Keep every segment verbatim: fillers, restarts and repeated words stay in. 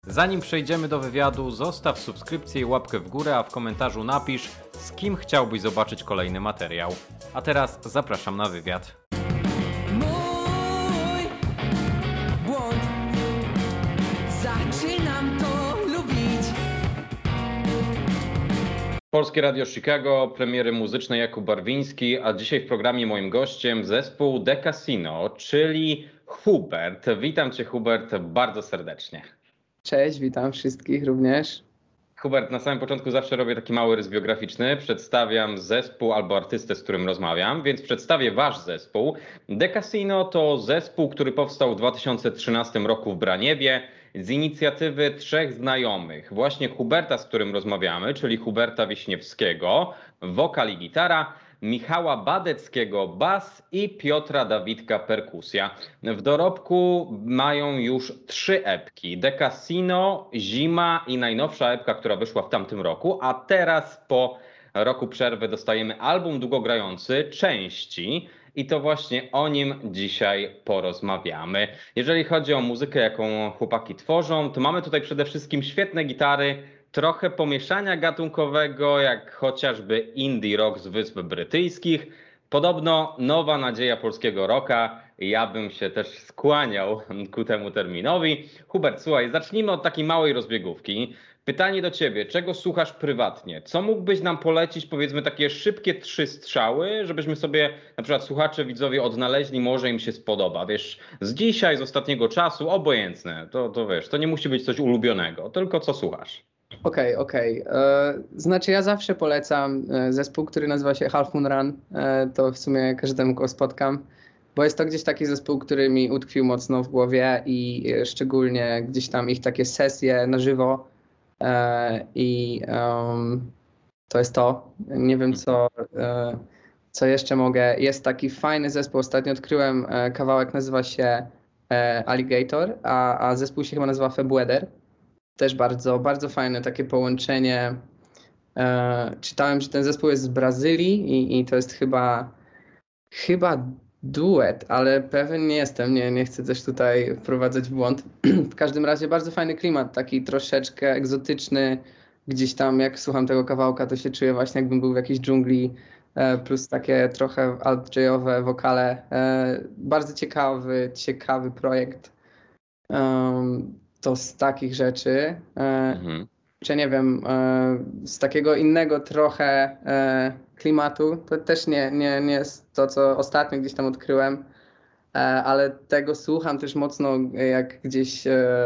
Zanim przejdziemy do wywiadu, zostaw subskrypcję i łapkę w górę, a w komentarzu napisz, z kim chciałbyś zobaczyć kolejny materiał. A teraz zapraszam na wywiad. Mój błąd. Zaczynam to lubić. Polskie Radio Chicago, premiery muzyczne Jakub Barwiński, a dzisiaj w programie moim gościem zespół The Casino, czyli Hubert. Witam Cię, Hubert, bardzo serdecznie. Cześć, witam wszystkich również. Hubert, na samym początku zawsze robię taki mały rys biograficzny. Przedstawiam zespół albo artystę, z którym rozmawiam, więc przedstawię wasz zespół. The Casino to zespół, który powstał w dwa tysiące trzynastym roku w Braniewie z inicjatywy trzech znajomych. Właśnie Huberta, z którym rozmawiamy, czyli Huberta Wiśniewskiego, wokal i gitara, Michała Badeckiego bas i Piotra Dawidka perkusja. W dorobku mają już trzy epki. The Casino, Zima i najnowsza epka, która wyszła w tamtym roku, a teraz po roku przerwy dostajemy album długogrający Części i to właśnie o nim dzisiaj porozmawiamy. Jeżeli chodzi o muzykę, jaką chłopaki tworzą, to mamy tutaj przede wszystkim świetne gitary, trochę pomieszania gatunkowego, jak chociażby indie rock z Wysp Brytyjskich. Podobno nowa nadzieja polskiego rocka. Ja bym się też skłaniał ku temu terminowi. Hubert, słuchaj, zacznijmy od takiej małej rozbiegówki. Pytanie do ciebie, czego słuchasz prywatnie? Co mógłbyś nam polecić, powiedzmy takie szybkie trzy strzały, żebyśmy sobie na przykład słuchacze, widzowie odnaleźli, może im się spodoba. Wiesz, z dzisiaj, z ostatniego czasu, obojętne. To, to wiesz, to nie musi być coś ulubionego, tylko co słuchasz. Okej, okay, okej. Okay. Znaczy ja zawsze polecam zespół, który nazywa się Half Moon Run. E, to w sumie każdemu go spotkam, bo jest to gdzieś taki zespół, który mi utkwił mocno w głowie i szczególnie gdzieś tam ich takie sesje na żywo e, i um, to jest to. Nie wiem co, e, co jeszcze mogę. Jest taki fajny zespół, ostatnio odkryłem e, kawałek, nazywa się e, Alligator, a, a zespół się chyba nazywa Febweather. Też bardzo, bardzo fajne takie połączenie. E, czytałem, że ten zespół jest z Brazylii i, i to jest chyba chyba duet, ale pewien nie jestem, nie, nie chcę też tutaj wprowadzać w błąd. W każdym razie bardzo fajny klimat, taki troszeczkę egzotyczny. Gdzieś tam jak słucham tego kawałka, to się czuję właśnie jakbym był w jakiejś dżungli, e, plus takie trochę alt-jayowe wokale. E, bardzo ciekawy, ciekawy projekt. Um, To z takich rzeczy, mhm. czy nie wiem, z takiego innego trochę klimatu, to też nie, nie, nie jest to, co ostatnio gdzieś tam odkryłem, ale tego słucham też mocno, jak gdzieś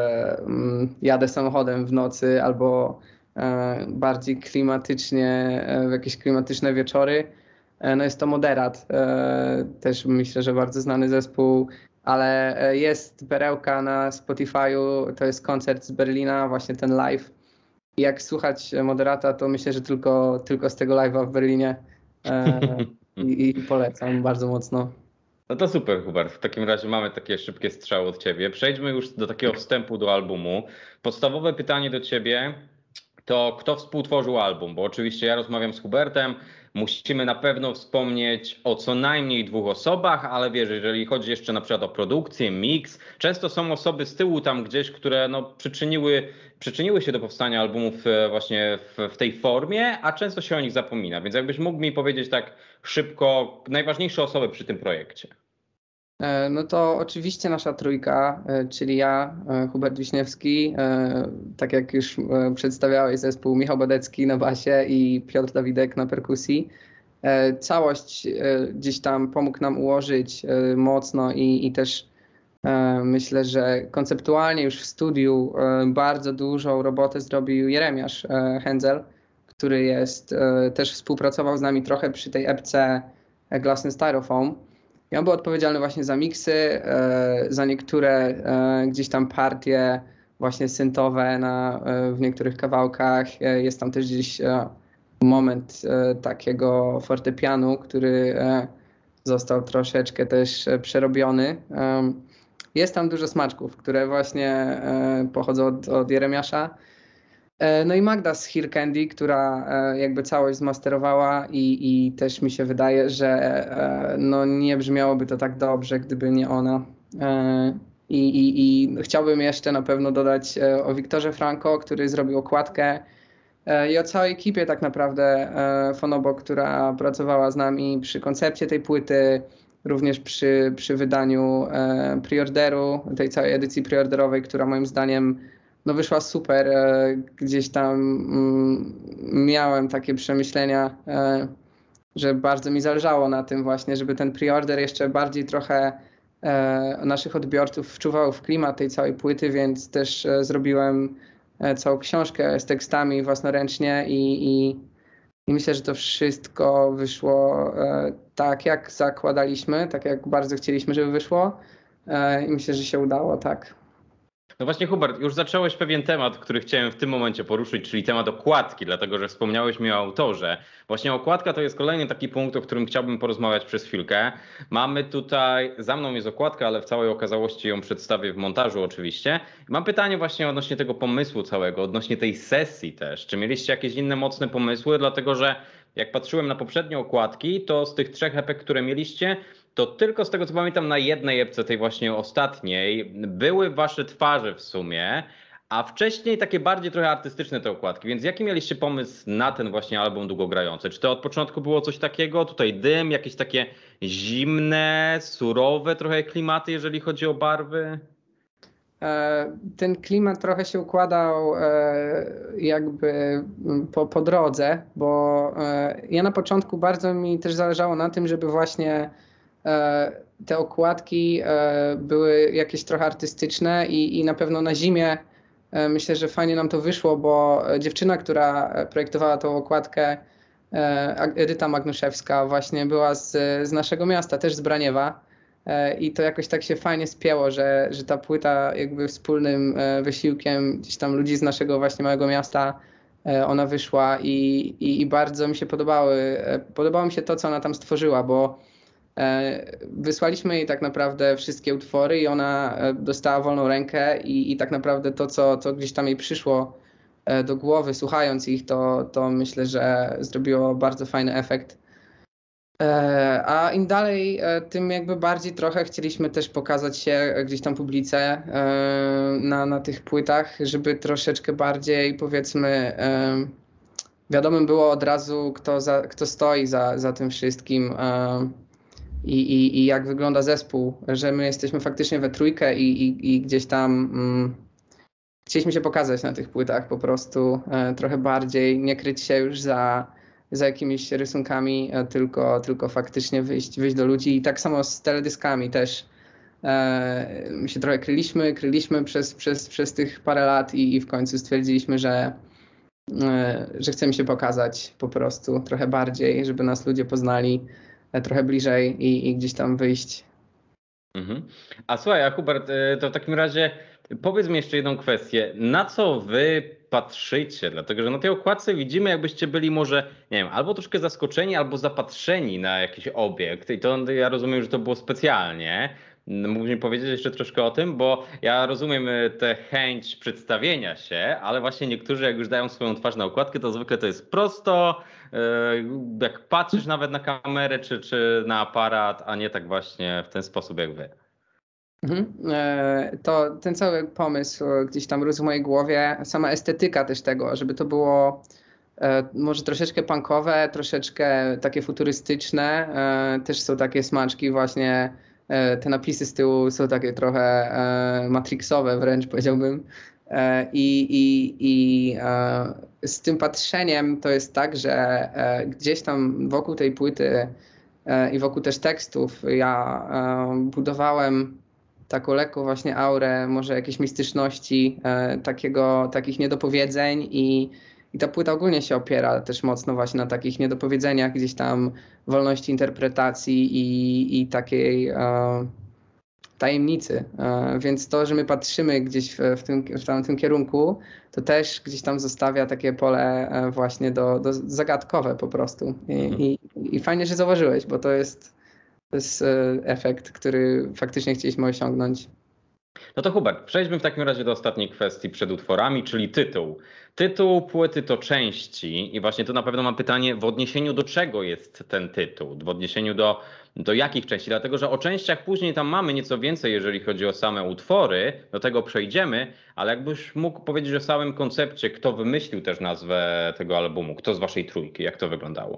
jadę samochodem w nocy albo bardziej klimatycznie, w jakieś klimatyczne wieczory. No jest to Moderat, też myślę, że bardzo znany zespół. Ale jest perełka na Spotify'u, to jest koncert z Berlina, właśnie ten live. I jak słuchać Moderata, to myślę, że tylko, tylko z tego live'a w Berlinie e, i, i polecam bardzo mocno. No to super, Hubert. W takim razie mamy takie szybkie strzały od ciebie. Przejdźmy już do takiego wstępu do albumu. Podstawowe pytanie do ciebie to kto współtworzył album? Bo oczywiście ja rozmawiam z Hubertem, musimy na pewno wspomnieć o co najmniej dwóch osobach, ale wiesz, jeżeli chodzi jeszcze na przykład o produkcję, mix, często są osoby z tyłu tam gdzieś, które no przyczyniły, przyczyniły się do powstania albumów właśnie w, w tej formie, a często się o nich zapomina. Więc jakbyś mógł mi powiedzieć tak szybko najważniejsze osoby przy tym projekcie. No to oczywiście nasza trójka, czyli ja, Hubert Wiśniewski, tak jak już przedstawiałeś zespół, Michał Badecki na basie i Piotr Dawidek na perkusji. Całość gdzieś tam pomógł nam ułożyć mocno i, i też myślę, że konceptualnie już w studiu bardzo dużą robotę zrobił Jeremiasz Hędzel, który jest, też współpracował z nami trochę przy tej epce Glass and Styrofoam. I on był odpowiedzialny właśnie za miksy, e, za niektóre e, gdzieś tam partie właśnie syntowe na, e, w niektórych kawałkach. E, jest tam też gdzieś e, moment e, takiego fortepianu, który e, został troszeczkę też e, przerobiony. E, jest tam dużo smaczków, które właśnie e, pochodzą od, od Jeremiasza. No i Magda z Here Candy, która jakby całość zmasterowała i, i też mi się wydaje, że no nie brzmiałoby to tak dobrze, gdyby nie ona. I, i, i chciałbym jeszcze na pewno dodać o Wiktorze Franco, który zrobił okładkę, i o całej ekipie tak naprawdę Fonobo, która pracowała z nami przy koncepcie tej płyty, również przy, przy wydaniu preorderu, tej całej edycji preorderowej, która moim zdaniem no wyszła super. Gdzieś tam miałem takie przemyślenia, że bardzo mi zależało na tym właśnie, żeby ten preorder jeszcze bardziej trochę naszych odbiorców wczuwał w klimat tej całej płyty, więc też zrobiłem całą książkę z tekstami własnoręcznie i, i, i myślę, że to wszystko wyszło tak, jak zakładaliśmy, tak jak bardzo chcieliśmy, żeby wyszło i myślę, że się udało, tak. No właśnie, Hubert, już zacząłeś pewien temat, który chciałem w tym momencie poruszyć, czyli temat okładki, dlatego że wspomniałeś mi o autorze. Właśnie okładka to jest kolejny taki punkt, o którym chciałbym porozmawiać przez chwilkę. Mamy tutaj, za mną jest okładka, ale w całej okazałości ją przedstawię w montażu oczywiście. Mam pytanie właśnie odnośnie tego pomysłu całego, odnośnie tej sesji też. Czy mieliście jakieś inne mocne pomysły? Dlatego że jak patrzyłem na poprzednie okładki, to z tych trzech epek, które mieliście, to tylko z tego co pamiętam na jednej epce, tej właśnie ostatniej, były wasze twarze w sumie, a wcześniej takie bardziej trochę artystyczne te okładki. Więc jaki mieliście pomysł na ten właśnie album długogrający? Czy to od początku było coś takiego? Tutaj dym, jakieś takie zimne, surowe trochę klimaty, jeżeli chodzi o barwy? Ten klimat trochę się układał jakby po, po drodze, bo ja na początku bardzo mi też zależało na tym, żeby właśnie te okładki były jakieś trochę artystyczne i, i na pewno na zimie myślę, że fajnie nam to wyszło, bo dziewczyna, która projektowała tą okładkę, Edyta Magnuszewska, właśnie była z, z naszego miasta, też z Braniewa. I to jakoś tak się fajnie spięło, że, że ta płyta jakby wspólnym wysiłkiem gdzieś tam ludzi z naszego właśnie małego miasta ona wyszła i, i, i bardzo mi się podobały, podobało mi się to, co ona tam stworzyła, bo wysłaliśmy jej tak naprawdę wszystkie utwory i ona dostała wolną rękę i, i tak naprawdę to, co, co gdzieś tam jej przyszło do głowy, słuchając ich, to, to myślę, że zrobiło bardzo fajny efekt. A im dalej, tym jakby bardziej trochę chcieliśmy też pokazać się gdzieś tam publice na, na tych płytach, żeby troszeczkę bardziej powiedzmy wiadomym było od razu, kto, za, kto stoi za, za tym wszystkim i, i, i jak wygląda zespół, że my jesteśmy faktycznie we trójkę i, i, i gdzieś tam mm, chcieliśmy się pokazać na tych płytach po prostu trochę bardziej, nie kryć się już za za jakimiś rysunkami, tylko, tylko faktycznie wyjść, wyjść do ludzi. I tak samo z teledyskami też. E, my się trochę kryliśmy, kryliśmy przez, przez, przez tych parę lat i, i w końcu stwierdziliśmy, że, e, że chcemy się pokazać po prostu trochę bardziej, żeby nas ludzie poznali e, trochę bliżej i, i gdzieś tam wyjść. Mhm. A słuchaj, a Hubert, to w takim razie powiedz mi jeszcze jedną kwestię. Na co wy patrzycie? Dlatego, że na tej okładce widzimy, jakbyście byli może, nie wiem, albo troszkę zaskoczeni, albo zapatrzeni na jakiś obiekt. I to ja rozumiem, że to było specjalnie. Mógłbyś mi powiedzieć jeszcze troszkę o tym, bo ja rozumiem tę chęć przedstawienia się, ale właśnie niektórzy jak już dają swoją twarz na okładkę, to zwykle to jest prosto, jak patrzysz nawet na kamerę czy, czy na aparat, a nie tak właśnie w ten sposób jak wy. Mhm. To ten cały pomysł gdzieś tam rósł w mojej głowie, sama estetyka też tego, żeby to było może troszeczkę punkowe, troszeczkę takie futurystyczne, też są takie smaczki właśnie, te napisy z tyłu są takie trochę matrixowe wręcz powiedziałbym. I, i, i z tym patrzeniem to jest tak, że gdzieś tam wokół tej płyty i wokół też tekstów ja budowałem taką lekką właśnie aurę, może jakiejś mistyczności, takiego, takich niedopowiedzeń i, i ta płyta ogólnie się opiera też mocno właśnie na takich niedopowiedzeniach, gdzieś tam wolności interpretacji i, i takiej tajemnicy, więc to, że my patrzymy gdzieś w, w, tym, w tam, tym kierunku, to też gdzieś tam zostawia takie pole właśnie do, do zagadkowe po prostu. I, mhm. i, i fajnie, że zauważyłeś, bo to jest, to jest efekt, który faktycznie chcieliśmy osiągnąć. No to Hubert, przejdźmy w takim razie do ostatniej kwestii przed utworami, czyli tytuł. Tytuł płyty to części i właśnie tu na pewno mam pytanie, w odniesieniu do czego jest ten tytuł? W odniesieniu do, do jakich części? Dlatego, że o częściach później tam mamy nieco więcej, jeżeli chodzi o same utwory, do tego przejdziemy, ale jakbyś mógł powiedzieć o samym koncepcie, kto wymyślił też nazwę tego albumu, kto z waszej trójki, jak to wyglądało?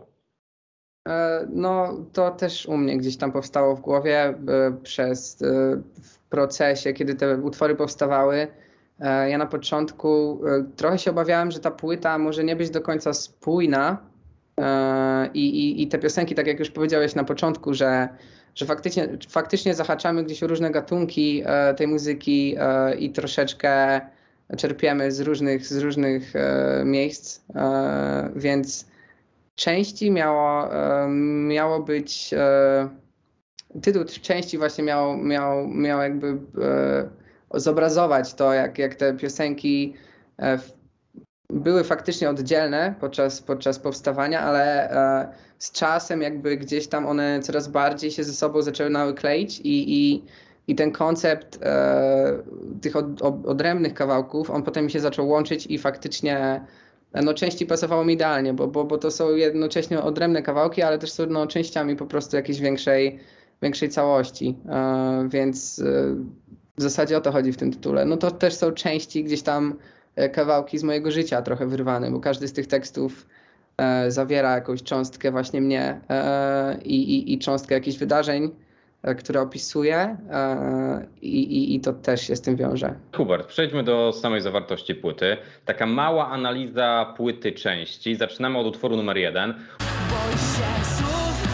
No to też u mnie gdzieś tam powstało w głowie e, przez e, w procesie, kiedy te utwory powstawały. E, Ja na początku e, trochę się obawiałem, że ta płyta może nie być do końca spójna e, i, i, i te piosenki, tak jak już powiedziałeś na początku, że, że faktycznie, faktycznie zahaczamy gdzieś o różne gatunki e, tej muzyki e, i troszeczkę czerpiemy z różnych, z różnych e, miejsc, e, więc części miało, e, miało być, e, tytuł części właśnie miał, miał, miał jakby e, zobrazować to, jak, jak te piosenki e, w- były faktycznie oddzielne podczas, podczas powstawania, ale e, z czasem jakby gdzieś tam one coraz bardziej się ze sobą zaczynały kleić i, i, i ten koncept e, tych od, od, odrębnych kawałków, on potem się zaczął łączyć i faktycznie no, części pasowało mi idealnie, bo, bo, bo to są jednocześnie odrębne kawałki, ale też są no, częściami po prostu jakiejś większej, większej całości. E, więc e, w zasadzie o to chodzi w tym tytule. No to też są części gdzieś tam e, kawałki z mojego życia trochę wyrwane, bo każdy z tych tekstów e, zawiera jakąś cząstkę właśnie mnie e, i, i, i cząstkę jakichś wydarzeń, e, które opisuję e, i, i, i to też się z tym wiąże. Hubert, przejdźmy do samej zawartości płyty. Taka mała analiza płyty części. Zaczynamy od utworu numer jeden. Boisz się słów,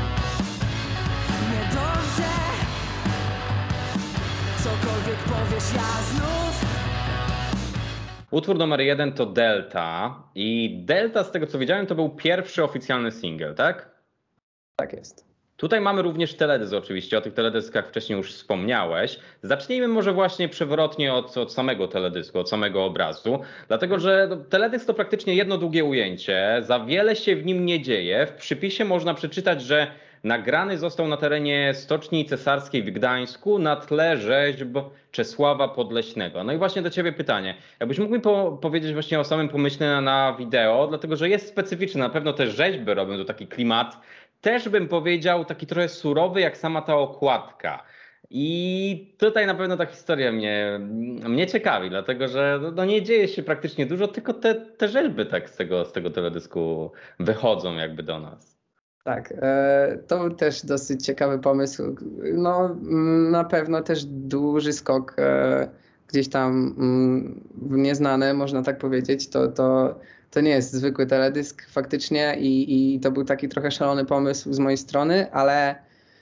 niedobrze. Cokolwiek powiesz, ja znów. Utwór numer jeden to Delta i Delta, z tego co wiedziałem, to był pierwszy oficjalny singiel, tak? Tak jest. Tutaj mamy również teledysk oczywiście, o tych teledyskach wcześniej już wspomniałeś. Zacznijmy może właśnie przewrotnie od, od samego teledysku, od samego obrazu, dlatego że teledysk to praktycznie jedno długie ujęcie, za wiele się w nim nie dzieje. W przypisie można przeczytać, że nagrany został na terenie Stoczni Cesarskiej w Gdańsku na tle rzeźb Czesława Podleśnego. No i właśnie do ciebie pytanie, jakbyś mógł mi po powiedzieć właśnie o samym pomyśle na, na wideo, dlatego że jest specyficzny, na pewno te rzeźby robią tu taki klimat, też bym powiedział taki trochę surowy, jak sama ta okładka. I tutaj na pewno ta historia mnie, mnie ciekawi, dlatego że no nie dzieje się praktycznie dużo, tylko te, te rzeźby tak z tego, z tego teledysku wychodzą jakby do nas. Tak, e, to był też dosyć ciekawy pomysł. No, mm, na pewno też duży skok e, gdzieś tam mm, w nieznane, można tak powiedzieć. To, to, to nie jest zwykły teledysk faktycznie i, i to był taki trochę szalony pomysł z mojej strony, ale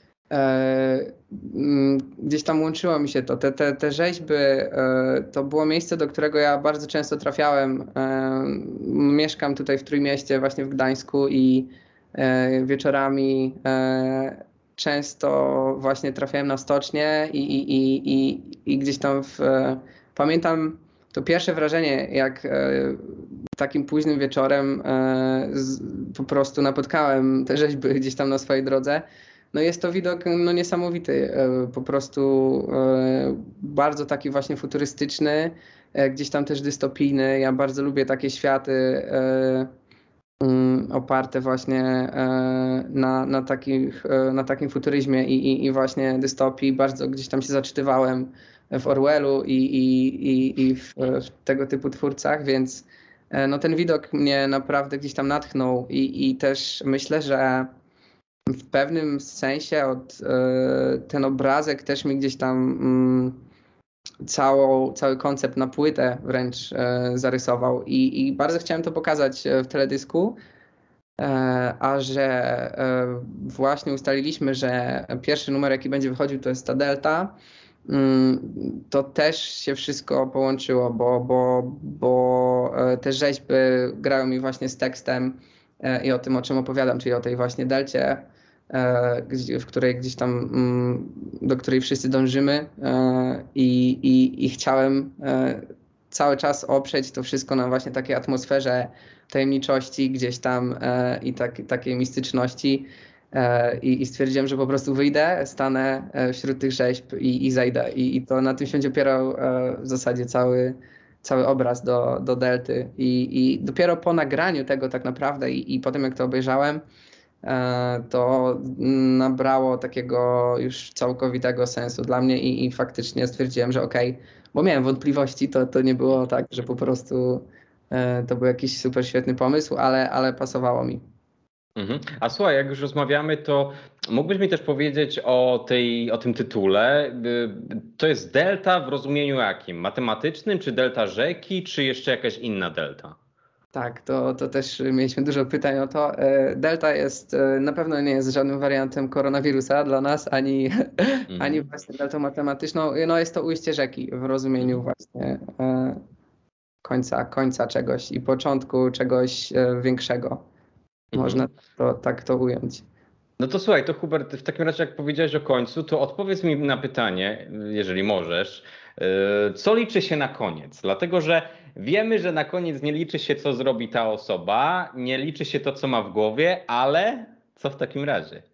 e, mm, gdzieś tam łączyło mi się to. Te, te, te rzeźby e, to było miejsce, do którego ja bardzo często trafiałem. E, mieszkam tutaj w Trójmieście, właśnie w Gdańsku i e, wieczorami e, często właśnie trafiałem na stocznię i, i, i, i, i gdzieś tam w, e, pamiętam to pierwsze wrażenie, jak e, takim późnym wieczorem e, z, po prostu napotkałem te rzeźby gdzieś tam na swojej drodze. No jest to widok no, niesamowity, e, po prostu e, bardzo taki właśnie futurystyczny, e, gdzieś tam też dystopijny. Ja bardzo lubię takie światy e, mm, oparte właśnie e, na, na, takich, e, na takim futuryzmie i, i, i właśnie dystopii. Bardzo gdzieś tam się zaczytywałem w Orwellu i, i, i, i w, w tego typu twórcach, więc e, no, ten widok mnie naprawdę gdzieś tam natchnął i, i też myślę, że w pewnym sensie od, e, ten obrazek też mi gdzieś tam mm, całą, cały koncept na płytę wręcz e, zarysował i, i bardzo chciałem to pokazać e, w teledysku, e, a że e, właśnie ustaliliśmy, że pierwszy numer jaki będzie wychodził to jest ta Delta, mm, to też się wszystko połączyło, bo, bo, bo e, te rzeźby grają mi właśnie z tekstem e, i o tym, o czym opowiadam, czyli o tej właśnie delcie, e, gdzie- w której gdzieś tam, mm, do której wszyscy dążymy e, i, i, i chciałem e, cały czas oprzeć to wszystko na właśnie takiej atmosferze tajemniczości gdzieś tam e, i tak, takiej mistyczności. I, I stwierdziłem, że po prostu wyjdę, stanę wśród tych rzeźb i, i zejdę. I, I to na tym się będzie opierał w zasadzie cały, cały obraz do, do Delty. I, I dopiero po nagraniu tego tak naprawdę i, i potem jak to obejrzałem, to nabrało takiego już całkowitego sensu dla mnie i, i faktycznie stwierdziłem, że okej, okay, bo miałem wątpliwości, to, to nie było tak, że po prostu to był jakiś super świetny pomysł, ale, ale pasowało mi. Mhm. A słuchaj, jak już rozmawiamy, to mógłbyś mi też powiedzieć o, tej, o tym tytule. To jest delta w rozumieniu jakim? Matematycznym, czy delta rzeki, czy jeszcze jakaś inna delta? Tak, to, to też mieliśmy dużo pytań o to. Delta jest, na pewno nie jest żadnym wariantem koronawirusa dla nas, ani, mhm. ani właśnie deltą matematyczną. No jest to ujście rzeki w rozumieniu mhm. właśnie końca, końca czegoś i początku czegoś większego. Można mhm. to, tak to ująć. No to słuchaj, to Hubert, w takim razie jak powiedziałeś o końcu, to odpowiedz mi na pytanie, jeżeli możesz, co liczy się na koniec? Dlatego, że wiemy, że na koniec nie liczy się, co zrobi ta osoba, nie liczy się to, co ma w głowie, ale co w takim razie?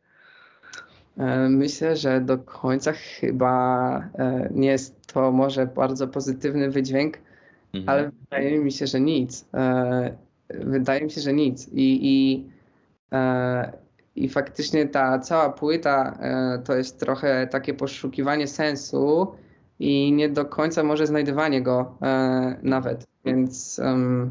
Myślę, że do końca chyba nie jest to może bardzo pozytywny wydźwięk, mhm. ale wydaje mi się, że nic. Wydaje mi się, że nic. I, i, e, i faktycznie ta cała płyta e, to jest trochę takie poszukiwanie sensu i nie do końca może znajdywanie go e, nawet. Więc um,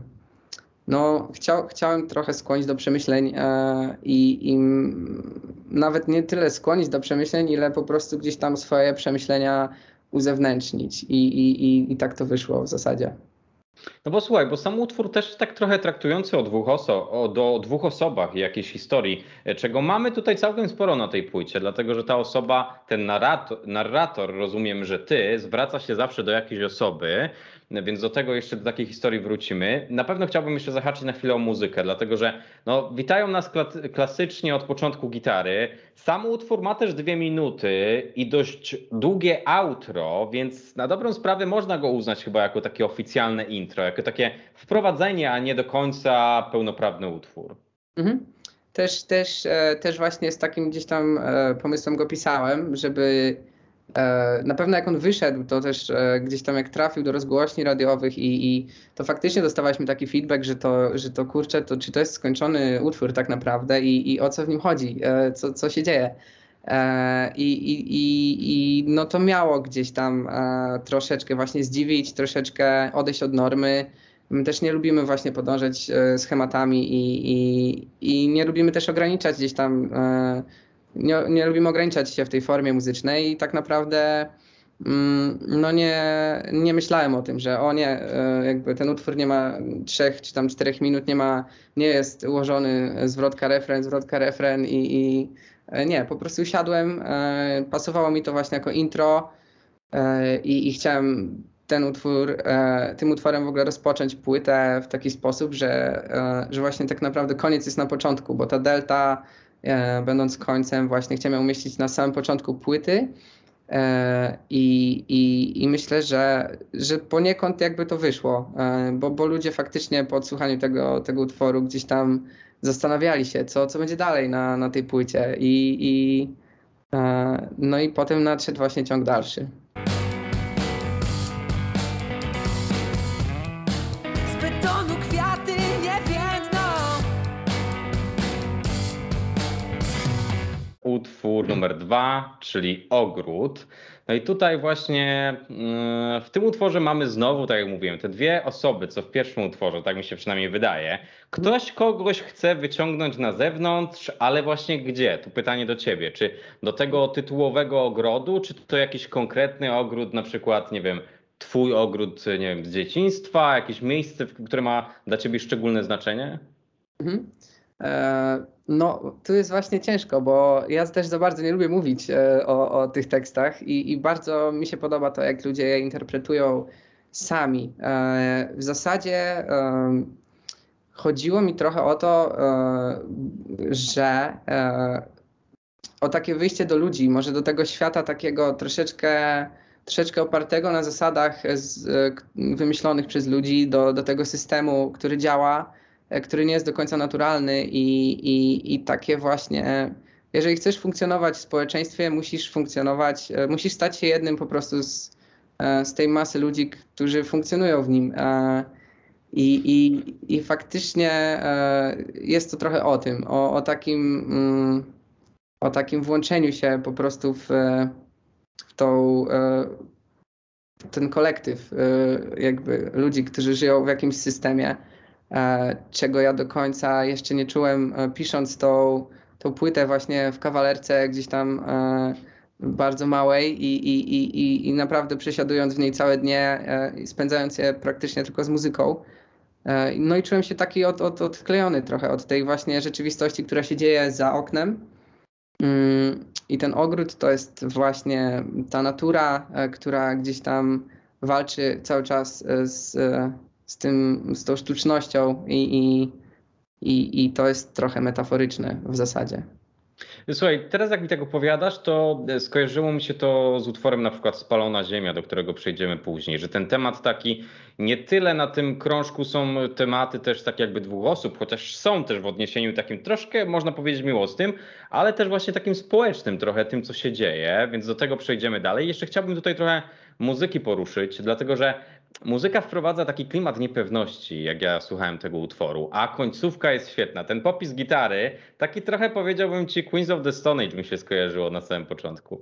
no, chciał, chciałem trochę skłonić do przemyśleń e, i, i nawet nie tyle skłonić do przemyśleń, ile po prostu gdzieś tam swoje przemyślenia uzewnętrznić. I, i, i, i tak to wyszło w zasadzie. No bo słuchaj, bo sam utwór też tak trochę traktujący o dwóch, oso o, do, o dwóch osobach i jakiejś historii, czego mamy tutaj całkiem sporo na tej płycie, dlatego że ta osoba, ten narrator, narrator, rozumiem, że ty, zwraca się zawsze do jakiejś osoby, więc do tego jeszcze do takiej historii wrócimy. Na pewno chciałbym jeszcze zahaczyć na chwilę o muzykę, dlatego że no, witają nas klasycznie od początku gitary. Sam utwór ma też dwie minuty i dość długie outro, więc na dobrą sprawę można go uznać chyba jako takie oficjalne intro, jako takie wprowadzenie, a nie do końca pełnoprawny utwór. Mhm. Też, też, też właśnie z takim gdzieś tam pomysłem go pisałem, żeby na pewno jak on wyszedł, to też gdzieś tam jak trafił do rozgłośni radiowych i, i to faktycznie dostawaliśmy taki feedback, że to, że to kurczę, to czy to jest skończony utwór tak naprawdę i, i o co w nim chodzi, co, co się dzieje. I, i, i, i no to miało gdzieś tam troszeczkę właśnie zdziwić, troszeczkę odejść od normy. My też nie lubimy właśnie podążać schematami i, i, i nie lubimy też ograniczać gdzieś tam Nie, nie lubimy ograniczać się w tej formie muzycznej i tak naprawdę mm, no nie, nie myślałem o tym, że o nie, jakby ten utwór nie ma trzech czy tam czterech minut, nie ma, nie jest ułożony zwrotka, refren, zwrotka, refren i, i nie, po prostu usiadłem, pasowało mi to właśnie jako intro i, i chciałem ten utwór, tym utworem w ogóle rozpocząć płytę w taki sposób, że, że właśnie tak naprawdę koniec jest na początku, bo ta delta będąc końcem właśnie chciałem ją umieścić na samym początku płyty i, i, i myślę, że, że poniekąd jakby to wyszło, bo, bo ludzie faktycznie po odsłuchaniu tego, tego utworu gdzieś tam zastanawiali się, co, co będzie dalej na, na tej płycie i, i no i potem nadszedł właśnie ciąg dalszy. Z betonu kwiaty nie więdną. Utwór numer dwa, czyli Ogród. No i tutaj właśnie w tym utworze mamy znowu, tak jak mówiłem, te dwie osoby, co w pierwszym utworze, tak mi się przynajmniej wydaje. Ktoś kogoś chce wyciągnąć na zewnątrz, ale właśnie gdzie? Tu pytanie do ciebie. Czy do tego tytułowego ogrodu, czy to jakiś konkretny ogród, na przykład, nie wiem, twój ogród, nie wiem, z dzieciństwa, jakieś miejsce, które ma dla ciebie szczególne znaczenie? Mhm. No, tu jest właśnie ciężko, bo ja też za bardzo nie lubię mówić o, o tych tekstach i, i bardzo mi się podoba to, jak ludzie je interpretują sami. W zasadzie chodziło mi trochę o to, że o takie wyjście do ludzi, może do tego świata takiego troszeczkę, troszeczkę opartego na zasadach z, wymyślonych przez ludzi, do, do tego systemu, który działa, który nie jest do końca naturalny i, i, i takie właśnie jeżeli chcesz funkcjonować w społeczeństwie, musisz funkcjonować, e, musisz stać się jednym po prostu z, e, z tej masy ludzi, którzy funkcjonują w nim. E, I, i, i faktycznie e, jest to trochę o tym, o, o takim, mm, o takim włączeniu się po prostu w, w tą, e, ten kolektyw e, jakby ludzi, którzy żyją w jakimś systemie, e, czego ja do końca jeszcze nie czułem, e, pisząc tą, tą płytę właśnie w kawalerce gdzieś tam e, bardzo małej i, i, i, i, i naprawdę przesiadując w niej całe dnie e, i spędzając je praktycznie tylko z muzyką. No i czułem się taki od, od, odklejony trochę od tej właśnie rzeczywistości, która się dzieje za oknem. I ten ogród to jest właśnie ta natura, która gdzieś tam walczy cały czas z, z, tym, z tą sztucznością i, i, i, i to jest trochę metaforyczne w zasadzie. Słuchaj, teraz jak mi tak opowiadasz, to skojarzyło mi się to z utworem na przykład Spalona Ziemia, do którego przejdziemy później, że ten temat taki, nie tyle na tym krążku są tematy też tak jakby dwóch osób, chociaż są też w odniesieniu takim troszkę, można powiedzieć, miłosnym, ale też właśnie takim społecznym trochę tym, co się dzieje, więc do tego przejdziemy dalej. Jeszcze chciałbym tutaj trochę muzyki poruszyć, dlatego że muzyka wprowadza taki klimat niepewności, jak ja słuchałem tego utworu, a końcówka jest świetna. Ten popis gitary, taki trochę powiedziałbym ci Queens of the Stone Age mi się skojarzyło na samym początku.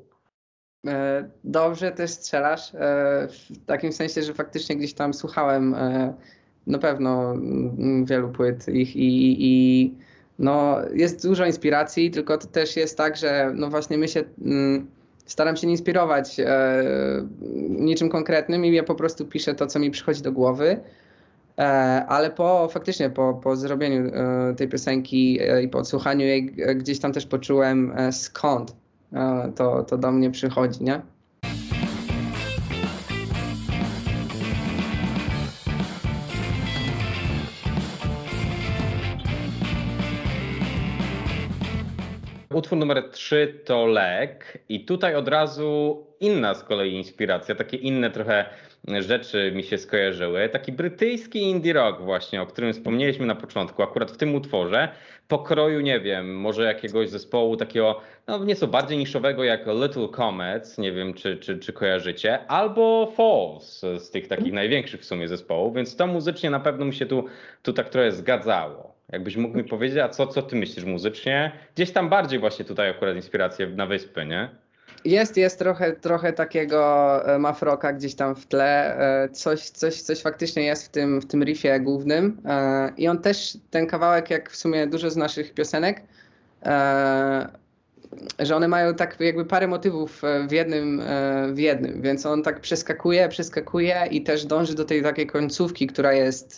Dobrze też strzelasz, w takim sensie, że faktycznie gdzieś tam słuchałem na pewno wielu płyt ich i, i no, jest dużo inspiracji, tylko to też jest tak, że no właśnie my się... Staram się nie inspirować e, niczym konkretnym i ja po prostu piszę to, co mi przychodzi do głowy, e, ale po faktycznie po, po zrobieniu e, tej piosenki e, i po odsłuchaniu jej e, gdzieś tam też poczułem e, skąd e, to, to do mnie przychodzi, nie? Utwór numer trzy to Lek i tutaj od razu inna z kolei inspiracja, takie inne trochę rzeczy mi się skojarzyły. Taki brytyjski indie rock właśnie, o którym wspomnieliśmy na początku, akurat w tym utworze, pokroju, nie wiem, może jakiegoś zespołu takiego no, nieco bardziej niszowego jak Little Comets, nie wiem czy, czy, czy kojarzycie, albo Falls z tych takich największych w sumie zespołów, więc to muzycznie na pewno mi się tu, tu tak trochę zgadzało. Jakbyś mógł mi powiedzieć, a co, co ty myślisz muzycznie? Gdzieś tam bardziej właśnie tutaj akurat inspiracje na wyspy, nie? Jest, jest trochę, trochę takiego mafroka gdzieś tam w tle, coś, coś, coś faktycznie jest w tym, w tym riffie głównym i on też, ten kawałek jak w sumie dużo z naszych piosenek, że one mają tak jakby parę motywów w jednym, w jednym, więc on tak przeskakuje, przeskakuje i też dąży do tej takiej końcówki, która jest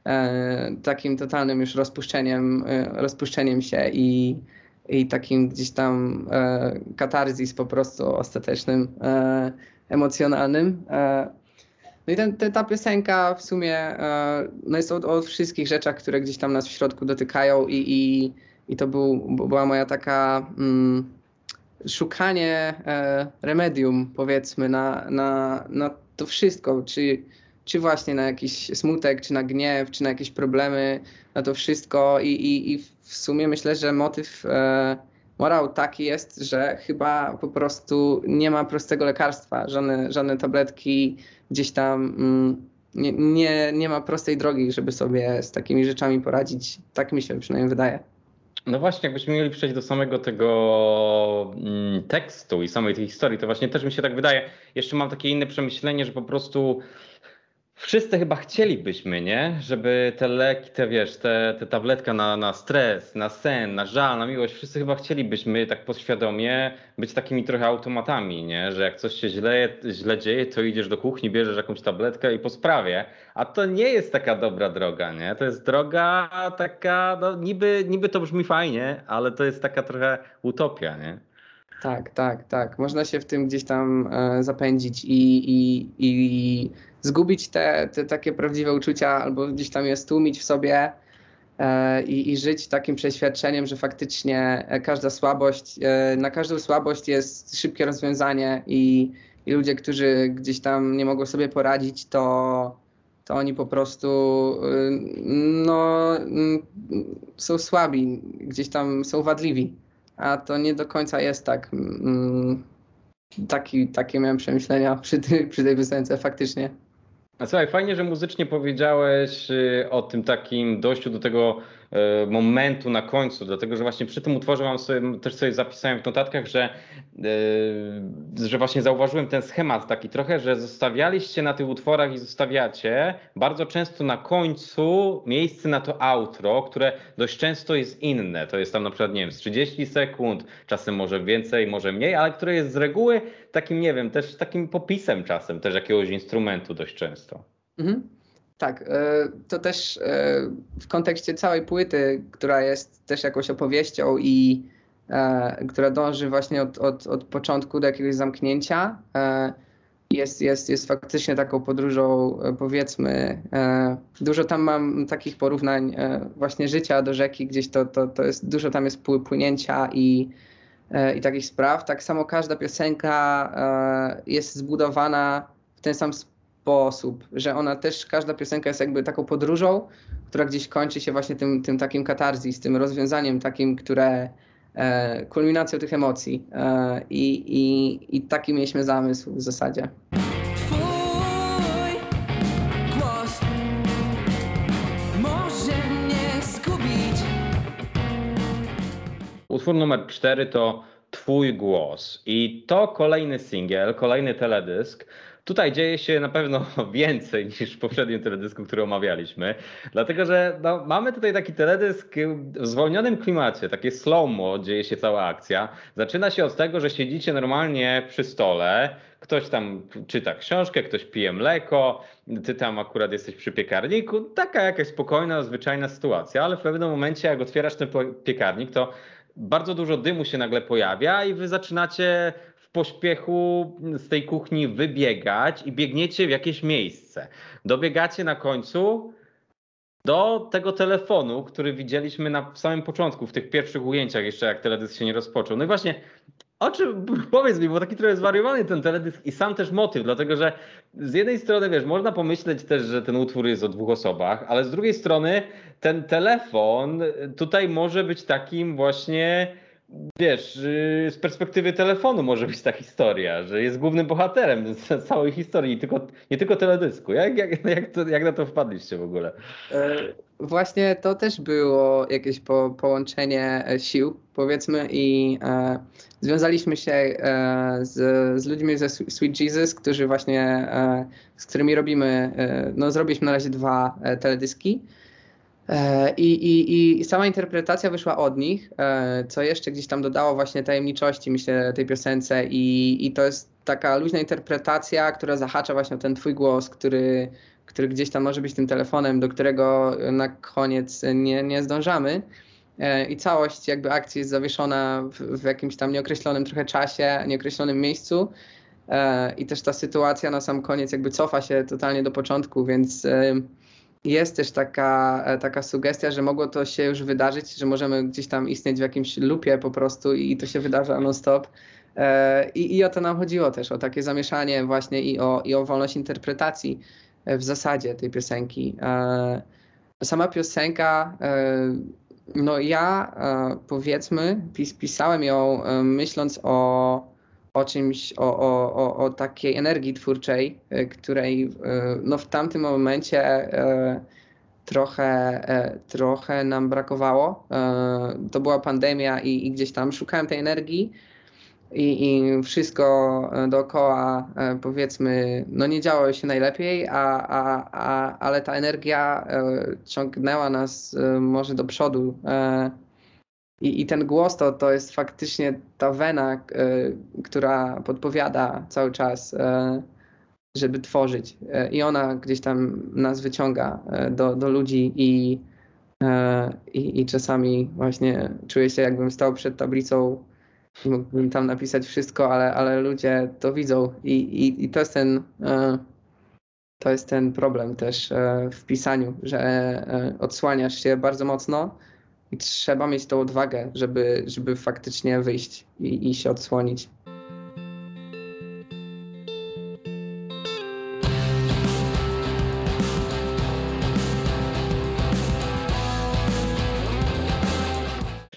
takim totalnym już rozpuszczeniem, rozpuszczeniem się i i takim gdzieś tam e, katarzis po prostu ostatecznym, e, emocjonalnym. E, no i ten, ten, ta piosenka w sumie e, no jest o, o wszystkich rzeczach, które gdzieś tam nas w środku dotykają i, i, i to był, była moja taka mm, szukanie e, remedium, powiedzmy, na, na, na to wszystko, czy czy właśnie na jakiś smutek, czy na gniew, czy na jakieś problemy, na to wszystko i, i, i w sumie myślę, że motyw, e, morał taki jest, że chyba po prostu nie ma prostego lekarstwa, żadne, żadne tabletki gdzieś tam, mm, nie, nie, nie ma prostej drogi, żeby sobie z takimi rzeczami poradzić, tak mi się przynajmniej wydaje. No właśnie, jakbyśmy mieli przejść do samego tego mm, tekstu i samej tej historii, to właśnie też mi się tak wydaje, jeszcze mam takie inne przemyślenie, że po prostu wszyscy chyba chcielibyśmy, nie? Żeby te leki, te wiesz, te, te tabletka na, na stres, na sen, na żal, na miłość, wszyscy chyba chcielibyśmy tak podświadomie być takimi trochę automatami, nie? Że jak coś się źle, źle dzieje, to idziesz do kuchni, bierzesz jakąś tabletkę i po sprawie. A to nie jest taka dobra droga, nie? To jest droga taka, no niby, niby to brzmi fajnie, ale to jest taka trochę utopia, nie? Tak, tak, tak. Można się w tym gdzieś tam e, zapędzić i, i, i zgubić te, te takie prawdziwe uczucia albo gdzieś tam je stłumić w sobie e, i, i żyć takim przeświadczeniem, że faktycznie każda słabość, e, na każdą słabość jest szybkie rozwiązanie i, i ludzie, którzy gdzieś tam nie mogą sobie poradzić, to, to oni po prostu no, są słabi, gdzieś tam są wadliwi. a to nie do końca jest tak. Mm, taki, takie miałem przemyślenia przy, ty, przy tej piosence faktycznie. A słuchaj, fajnie, że muzycznie powiedziałeś y, o tym takim dojściu do tego y, momentu na końcu, dlatego że właśnie przy tym utworze mam sobie, też sobie zapisałem w notatkach, że, y, że właśnie zauważyłem ten schemat taki trochę, że zostawialiście na tych utworach i zostawiacie bardzo często na końcu miejsce na to outro, które dość często jest inne. To jest tam na przykład, nie wiem, z trzydzieści sekund, czasem może więcej, może mniej, ale które jest z reguły takim, nie wiem, też takim popisem czasem też jakiegoś instrumentu dość często. Mhm. Tak, to też w kontekście całej płyty, która jest też jakąś opowieścią i która dąży właśnie od, od, od początku do jakiegoś zamknięcia, jest, jest, jest faktycznie taką podróżą, powiedzmy, dużo tam mam takich porównań właśnie życia do rzeki, gdzieś to, to, to jest, dużo tam jest płynięcia i, i takich spraw. Tak samo każda piosenka jest zbudowana w ten sam sposób, sposób, że ona też, każda piosenka jest jakby taką podróżą, która gdzieś kończy się właśnie tym, tym takim katarzis, tym rozwiązaniem takim, które e, kulminacją tych emocji e, i, i, i taki mieliśmy zamysł w zasadzie. Twój głos może mnie zgubić. Utwór numer cztery to Twój głos i to kolejny singiel, kolejny teledysk. Tutaj dzieje się na pewno więcej niż w poprzednim teledysku, który omawialiśmy, dlatego że no, mamy tutaj taki teledysk w zwolnionym klimacie, takie slow-mo, dzieje się cała akcja. Zaczyna się od tego, że siedzicie normalnie przy stole, ktoś tam czyta książkę, ktoś pije mleko, ty tam akurat jesteś przy piekarniku, taka jakaś spokojna, zwyczajna sytuacja, ale w pewnym momencie jak otwierasz ten piekarnik, to bardzo dużo dymu się nagle pojawia i wy zaczynacie w pośpiechu z tej kuchni wybiegać i biegniecie w jakieś miejsce. Dobiegacie na końcu do tego telefonu, który widzieliśmy na samym początku, w tych pierwszych ujęciach, jeszcze jak teledysk się nie rozpoczął. No i właśnie, o czym, powiedz mi, bo taki trochę zwariowany ten teledysk i sam też motyw, dlatego że z jednej strony, wiesz, można pomyśleć też, że ten utwór jest o dwóch osobach, ale z drugiej strony ten telefon tutaj może być takim właśnie, wiesz, z perspektywy telefonu może być ta historia, że jest głównym bohaterem całej historii, nie tylko, nie tylko teledysku. Jak, jak, jak, to, jak na to wpadliście w ogóle? Właśnie to też było jakieś po, połączenie sił, powiedzmy, i e, związaliśmy się e, z, z ludźmi ze Sweet Jesus, którzy właśnie, e, z którymi robimy, e, no zrobiliśmy na razie dwa e, teledyski. I, i, I sama interpretacja wyszła od nich, co jeszcze gdzieś tam dodało właśnie tajemniczości, myślę, tej piosence i, i to jest taka luźna interpretacja, która zahacza właśnie o ten twój głos, który, który gdzieś tam może być tym telefonem, do którego na koniec nie, nie zdążamy. I całość jakby akcji jest zawieszona w, w jakimś tam nieokreślonym trochę czasie, nieokreślonym miejscu. I też ta sytuacja na sam koniec jakby cofa się totalnie do początku, więc jest też taka, taka sugestia, że mogło to się już wydarzyć, że możemy gdzieś tam istnieć w jakimś loopie po prostu i to się wydarza non-stop. I, I o to nam chodziło też, o takie zamieszanie właśnie i o, i o wolność interpretacji w zasadzie tej piosenki. Sama piosenka, no ja powiedzmy pis, pisałem ją myśląc o o czymś, o, o, o, o takiej energii twórczej, której no, w tamtym momencie e, trochę, e, trochę nam brakowało. E, to była pandemia i, i gdzieś tam szukałem tej energii i, i wszystko dookoła, e, powiedzmy, no nie działo się najlepiej, a, a, a, ale ta energia e, ciągnęła nas e, może do przodu. E, I, I ten głos to, to jest faktycznie ta wena, y, która podpowiada cały czas, y, żeby tworzyć. Y, I ona gdzieś tam nas wyciąga y, do, do ludzi i, y, i, i czasami właśnie czuję się, jakbym stał przed tablicą i mógłbym tam napisać wszystko, ale, ale ludzie to widzą. I, i, i to jest ten, y, to jest ten problem też y, w pisaniu, że y, odsłaniasz się bardzo mocno. I trzeba mieć tą odwagę, żeby, żeby faktycznie wyjść i, i się odsłonić.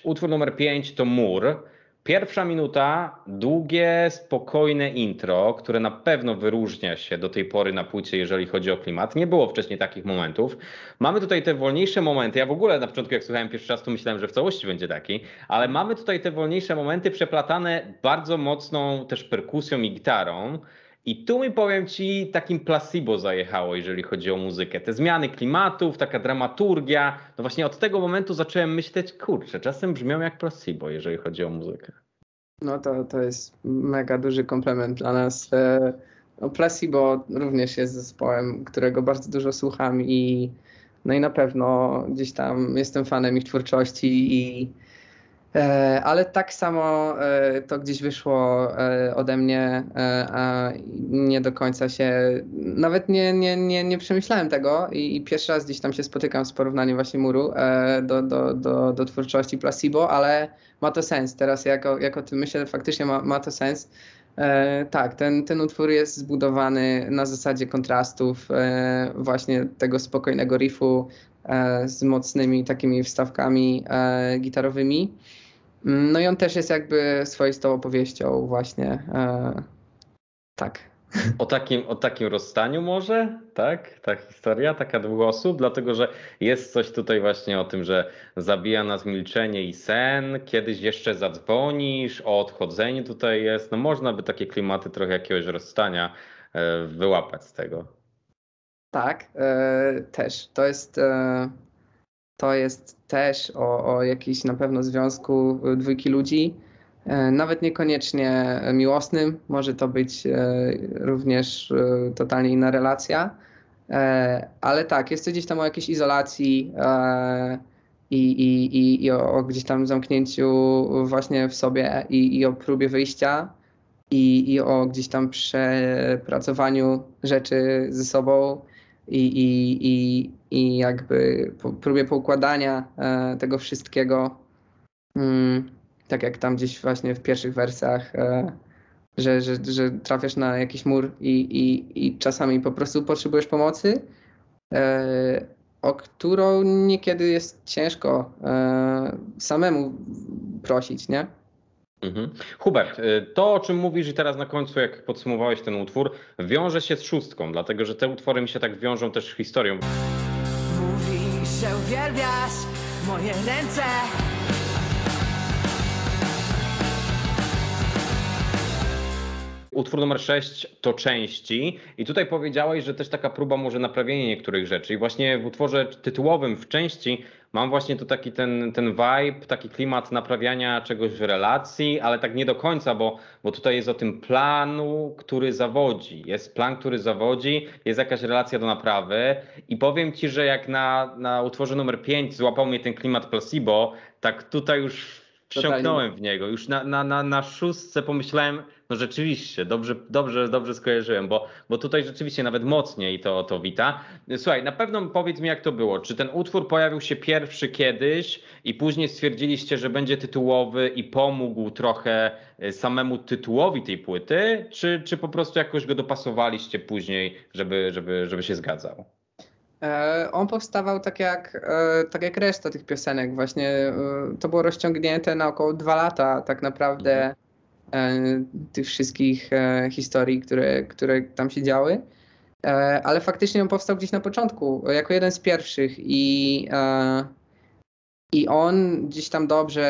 utwór numer pięć to Mur. Pierwsza minuta, długie, spokojne intro, które na pewno wyróżnia się do tej pory na płycie, jeżeli chodzi o klimat. Nie było wcześniej takich momentów. Mamy tutaj te wolniejsze momenty. Ja w ogóle na początku, jak słuchałem pierwszy raz, to myślałem, że w całości będzie taki, ale mamy tutaj te wolniejsze momenty przeplatane bardzo mocną też perkusją i gitarą. I tu mi, powiem ci, takim placebo zajechało, jeżeli chodzi o muzykę. Te zmiany klimatów, taka dramaturgia. No właśnie od tego momentu zacząłem myśleć, kurczę, czasem brzmią jak placebo, jeżeli chodzi o muzykę. No to, to jest mega duży komplement dla nas. E, No, Placebo również jest zespołem, którego bardzo dużo słucham i no i na pewno gdzieś tam jestem fanem ich twórczości i E, Ale tak samo e, to gdzieś wyszło e, ode mnie, e, a nie do końca się, nawet nie, nie, nie, nie przemyślałem tego i, i pierwszy raz gdzieś tam się spotykam z porównaniem właśnie Muru e, do, do, do, do twórczości Placebo, ale ma to sens. Teraz jak o, jak o tym myślę, faktycznie ma, ma to sens. E, tak, ten, ten utwór jest zbudowany na zasadzie kontrastów, e, właśnie tego spokojnego riffu e, z mocnymi takimi wstawkami e, gitarowymi. No i on też jest jakby swoistą opowieścią właśnie. E, tak. O takim, o takim rozstaniu może, tak? Ta historia, taka dwóch osób, dlatego że jest coś tutaj właśnie o tym, że zabija nas milczenie i sen, kiedyś jeszcze zadzwonisz, o odchodzeniu tutaj jest. No można by takie klimaty trochę jakiegoś rozstania e, wyłapać z tego. Tak, e, też. To jest, e, to jest też o, o jakimś na pewno związku dwójki ludzi. E, Nawet niekoniecznie miłosnym, może to być e, również e, totalnie inna relacja, E, ale tak, jest to gdzieś tam o jakiejś izolacji e, i, i, i, i o, o gdzieś tam zamknięciu właśnie w sobie i, i o próbie wyjścia i, i o gdzieś tam przepracowaniu rzeczy ze sobą i, i, i, i jakby po, próbie poukładania e, tego wszystkiego. Mm, tak jak tam gdzieś właśnie w pierwszych wersach, e, że, że, że trafiasz na jakiś mur i, i, i czasami po prostu potrzebujesz pomocy, e, o którą niekiedy jest ciężko e, samemu prosić, nie? Mhm. Hubert, y, to o czym mówisz i teraz na końcu, jak podsumowałeś ten utwór, wiąże się z szóstką, dlatego że te utwory mi się tak wiążą też historią. Mówisz, że uwielbiasz moje ręce. Utwór numer sześć to części i tutaj powiedziałeś, że też taka próba może naprawienia niektórych rzeczy i właśnie w utworze tytułowym w części mam właśnie tu taki ten, ten vibe, taki klimat naprawiania czegoś w relacji, ale tak nie do końca, bo, bo tutaj jest o tym planu, który zawodzi. Jest plan, który zawodzi, jest jakaś relacja do naprawy i powiem ci, że jak na, na utworze numer pięć złapał mnie ten klimat placebo, tak tutaj już wsiąknąłem w niego. Już na, na, na, na szóstce pomyślałem, no rzeczywiście, dobrze, dobrze, dobrze skojarzyłem, bo, bo tutaj rzeczywiście nawet mocniej to, to wita. Słuchaj, na pewno powiedz mi, jak to było. Czy ten utwór pojawił się pierwszy kiedyś i później stwierdziliście, że będzie tytułowy i pomógł trochę samemu tytułowi tej płyty, czy, czy po prostu jakoś go dopasowaliście później, żeby, żeby, żeby się zgadzał? E, On powstawał tak jak, e, tak jak reszta tych piosenek. Właśnie e, to było rozciągnięte na około dwa lata tak naprawdę e, tych wszystkich e, historii, które, które tam się działy. E, Ale faktycznie on powstał gdzieś na początku, jako jeden z pierwszych i, e, i on gdzieś tam dobrze,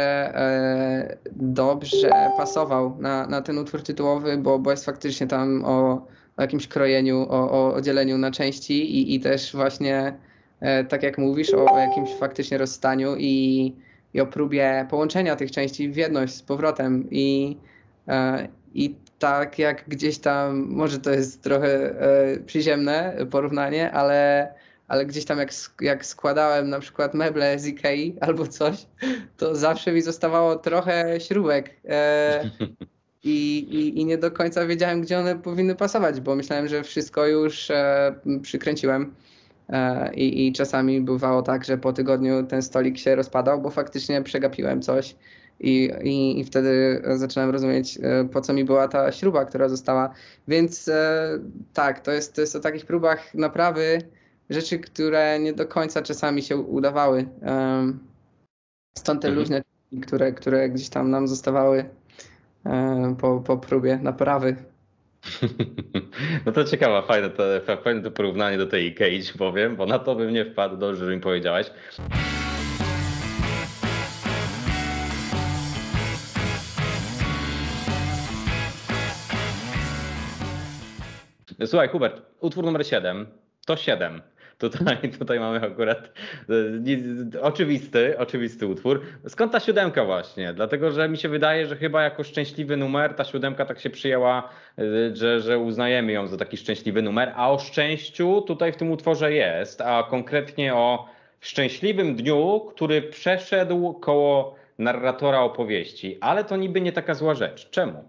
e, dobrze pasował na, na ten utwór tytułowy, bo, bo jest faktycznie tam o o jakimś krojeniu, o, o, o dzieleniu na części i, i też właśnie, e, tak jak mówisz, o, o jakimś faktycznie rozstaniu i, i o próbie połączenia tych części w jedność z powrotem. I, e, i tak jak gdzieś tam, może to jest trochę e, przyziemne porównanie, ale, ale gdzieś tam jak, jak składałem na przykład meble z Ikei albo coś, to zawsze mi zostawało trochę śrubek. E, I, i, I nie do końca wiedziałem, gdzie one powinny pasować, bo myślałem, że wszystko już e, przykręciłem. E, i, I czasami bywało tak, że po tygodniu ten stolik się rozpadał, bo faktycznie przegapiłem coś. I, i, i wtedy zacząłem rozumieć, e, po co mi była ta śruba, która została. Więc e, tak, to jest, to jest o takich próbach naprawy rzeczy, które nie do końca czasami się udawały. E, stąd te Mhm. luźne które, które gdzieś tam nam zostawały e, po, po próbie naprawy. No to ciekawa, fajne to, fajne to porównanie do tej Cage, powiem, bo na to bym nie wpadł, dobrze, że mi powiedziałeś. Słuchaj, Hubert, utwór numer siedem to siedem. Tutaj, tutaj mamy akurat e, oczywisty, oczywisty utwór. Skąd ta siódemka właśnie? Dlatego, że mi się wydaje, że chyba jako szczęśliwy numer ta siódemka tak się przyjęła, e, że, że uznajemy ją za taki szczęśliwy numer, a o szczęściu tutaj w tym utworze jest, a konkretnie o szczęśliwym dniu, który przeszedł koło narratora opowieści. Ale to niby nie taka zła rzecz. Czemu?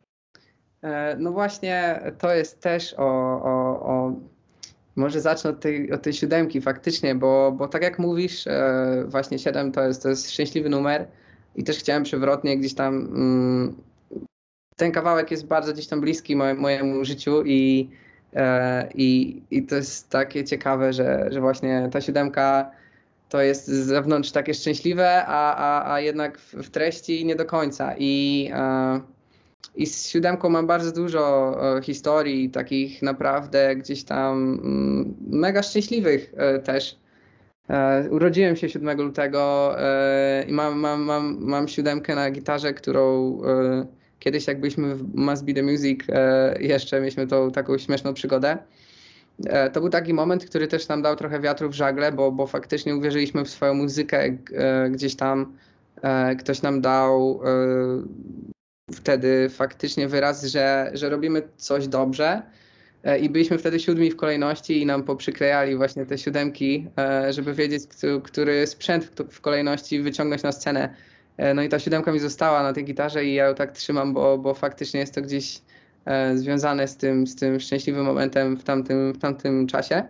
E, No właśnie, to jest też o, o, o może zacznę od tej, od tej siódemki faktycznie, bo, bo tak jak mówisz, e, właśnie siedem to jest, to jest szczęśliwy numer i też chciałem przewrotnie gdzieś tam, mm, ten kawałek jest bardzo gdzieś tam bliski moje, mojemu życiu i, e, i, i to jest takie ciekawe, że, że właśnie ta siódemka to jest z zewnątrz takie szczęśliwe, a, a, a jednak w, w treści nie do końca i e, I z siódemką mam bardzo dużo e, historii, takich naprawdę gdzieś tam mm, mega szczęśliwych e, też. E, urodziłem się siódmego lutego e, i mam, mam, mam, mam siódemkę na gitarze, którą e, kiedyś jak byliśmy w Must Be The Music e, jeszcze mieliśmy tą taką śmieszną przygodę. E, to był taki moment, który też nam dał trochę wiatru w żagle, bo, bo faktycznie uwierzyliśmy w swoją muzykę e, gdzieś tam. E, ktoś nam dał e, wtedy faktycznie wyraz, że, że robimy coś dobrze e, i byliśmy wtedy siódmi w kolejności i nam poprzyklejali właśnie te siódemki, e, żeby wiedzieć, kto- który sprzęt w w kolejności wyciągnąć na scenę. E, No i ta siódemka mi została na tej gitarze i ja ją tak trzymam, bo, bo faktycznie jest to gdzieś e, związane z tym, z tym szczęśliwym momentem w tamtym, w tamtym czasie.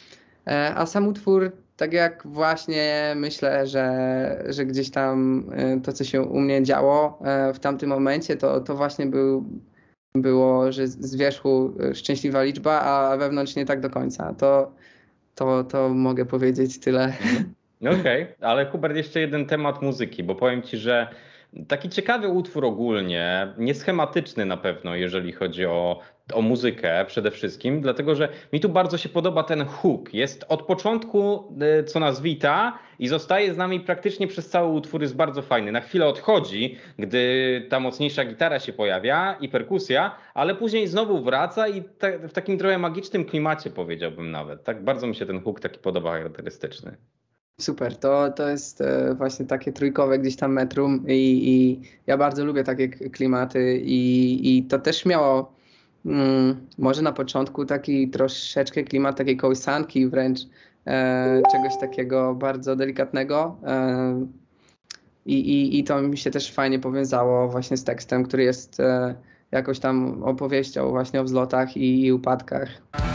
E, A sam utwór, tak jak właśnie myślę, że, że gdzieś tam e, to, co się u mnie działo e, w tamtym momencie, to, to właśnie był, było, że z wierzchu e, szczęśliwa liczba, a wewnątrz nie tak do końca. To, to, to mogę powiedzieć tyle. Okej, ale Hubert, jeszcze jeden temat muzyki, bo powiem ci, że taki ciekawy utwór ogólnie, nieschematyczny na pewno, jeżeli chodzi o, o muzykę przede wszystkim, dlatego że mi tu bardzo się podoba ten hook. Jest od początku, y, co nas wita i zostaje z nami praktycznie przez cały utwór, jest bardzo fajny. Na chwilę odchodzi, gdy ta mocniejsza gitara się pojawia i perkusja, ale później znowu wraca i te, w takim trochę magicznym klimacie, powiedziałbym nawet. Tak bardzo mi się ten hook taki podoba, charakterystyczny. Super, to, to jest e, właśnie takie trójkowe gdzieś tam metrum i, i ja bardzo lubię takie k- klimaty i, i to też miało mm, może na początku taki troszeczkę klimat takiej kołysanki wręcz, e, czegoś takiego bardzo delikatnego e, i, i, i to mi się też fajnie powiązało właśnie z tekstem, który jest e, jakoś tam opowieścią właśnie o wzlotach i, i upadkach.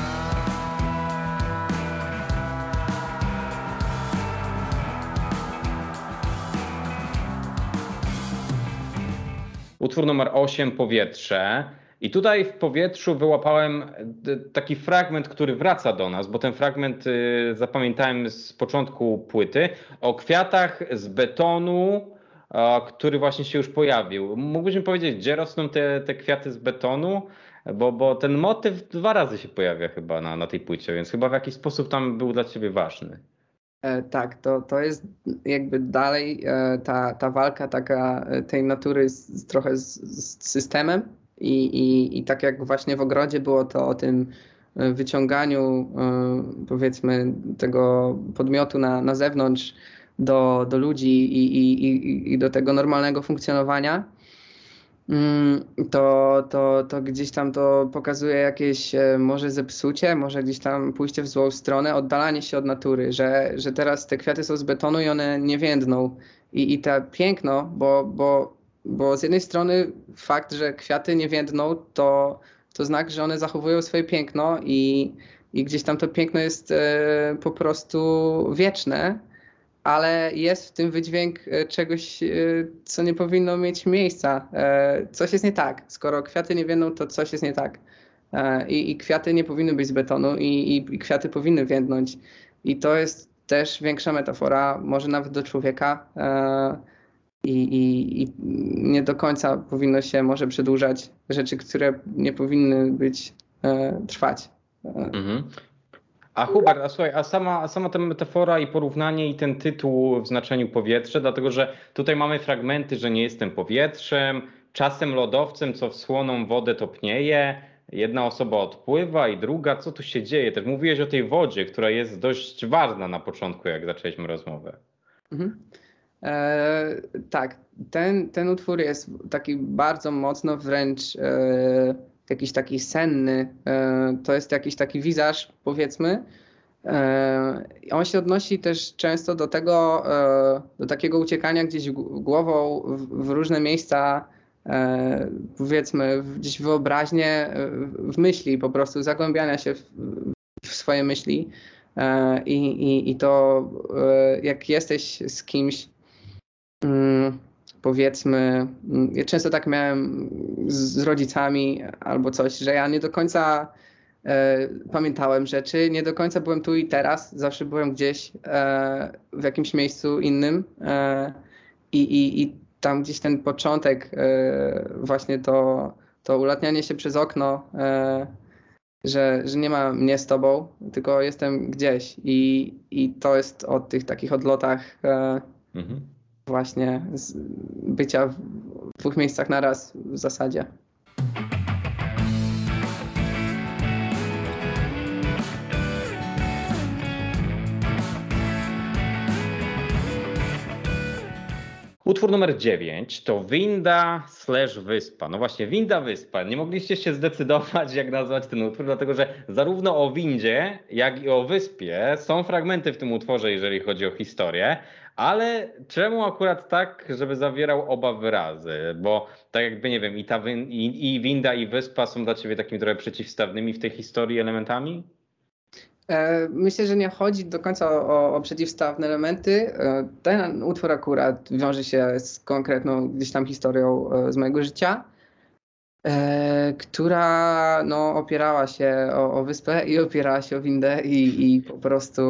Utwór numer osiem, Powietrze. I tutaj w powietrzu wyłapałem d- taki fragment, który wraca do nas, bo ten fragment y, zapamiętałem z początku płyty, o kwiatach z betonu, a, który właśnie się już pojawił. Mógłbyś mi powiedzieć, gdzie rosną te, te kwiaty z betonu? Bo, bo ten motyw dwa razy się pojawia chyba na, na tej płycie, więc chyba w jakiś sposób tam był dla ciebie ważny. E, Tak, to, to jest jakby dalej e, ta, ta walka taka e, tej natury z, z, trochę z, z systemem i, i, i tak jak właśnie w ogrodzie było to o tym e, wyciąganiu e, powiedzmy tego podmiotu na, na zewnątrz do, do ludzi i, i, i, i do tego normalnego funkcjonowania. Mm, To, to, to gdzieś tam to pokazuje jakieś e, może zepsucie, może gdzieś tam pójście w złą stronę, oddalanie się od natury, że, że teraz te kwiaty są z betonu i one nie więdną. I, i to piękno, bo, bo, bo z jednej strony fakt, że kwiaty nie więdną, to, to znak, że one zachowują swoje piękno i, i gdzieś tam to piękno jest e, po prostu wieczne, ale jest w tym wydźwięk e, czegoś, e, co nie powinno mieć miejsca. E, Coś jest nie tak. Skoro kwiaty nie więdną, to coś jest nie tak. E, I, i kwiaty nie powinny być z betonu i, i, i kwiaty powinny więdnąć. I to jest też większa metafora, może nawet do człowieka, e, i, i, i nie do końca powinno się może przedłużać rzeczy, które nie powinny być e, trwać. Mhm. A Hubert, a słuchaj, a sama, a sama ta metafora i porównanie i ten tytuł w znaczeniu powietrze, dlatego że tutaj mamy fragmenty, że nie jestem powietrzem, czasem lodowcem, co wschłoną wodę topnieje, jedna osoba odpływa i druga, co tu się dzieje? Też mówiłeś o tej wodzie, która jest dość ważna na początku, jak zaczęliśmy rozmowę. Mhm. E, tak, ten, ten utwór jest taki bardzo mocno wręcz e, jakiś taki senny. E, to jest jakiś taki wizaż, powiedzmy. E, on się odnosi też często do tego, e, do takiego uciekania gdzieś głową w, w różne miejsca, e, powiedzmy gdzieś wyobraźnie, w myśli, po prostu zagłębiania się w, w swoje myśli. E, i, i, I to e, jak jesteś z kimś, mm, powiedzmy, ja często tak miałem z, z rodzicami albo coś, że ja nie do końca e, pamiętałem rzeczy, nie do końca byłem tu i teraz, zawsze byłem gdzieś e, w jakimś miejscu innym e, i, i, i tam gdzieś ten początek, e, właśnie to, to ulatnianie się przez okno, e, że, że nie ma mnie z tobą, tylko jestem gdzieś i, i to jest o tych takich odlotach e, Mhm. właśnie z bycia w dwóch miejscach naraz w zasadzie. Utwór numer dziewięć to Winda slash Wyspa. No właśnie, Winda Wyspa. Nie mogliście się zdecydować, jak nazwać ten utwór, dlatego że zarówno o windzie, jak i o wyspie są fragmenty w tym utworze, jeżeli chodzi o historię. Ale czemu akurat tak, żeby zawierał oba wyrazy? Bo tak jakby, nie wiem, i, ta win- i, i winda, i wyspa są dla ciebie takimi trochę przeciwstawnymi w tej historii elementami? Myślę, że nie chodzi do końca o, o przeciwstawne elementy. Ten utwór akurat wiąże się z konkretną gdzieś tam historią z mojego życia, która no, opierała się o, o wyspę i opierała się o windę i, i po prostu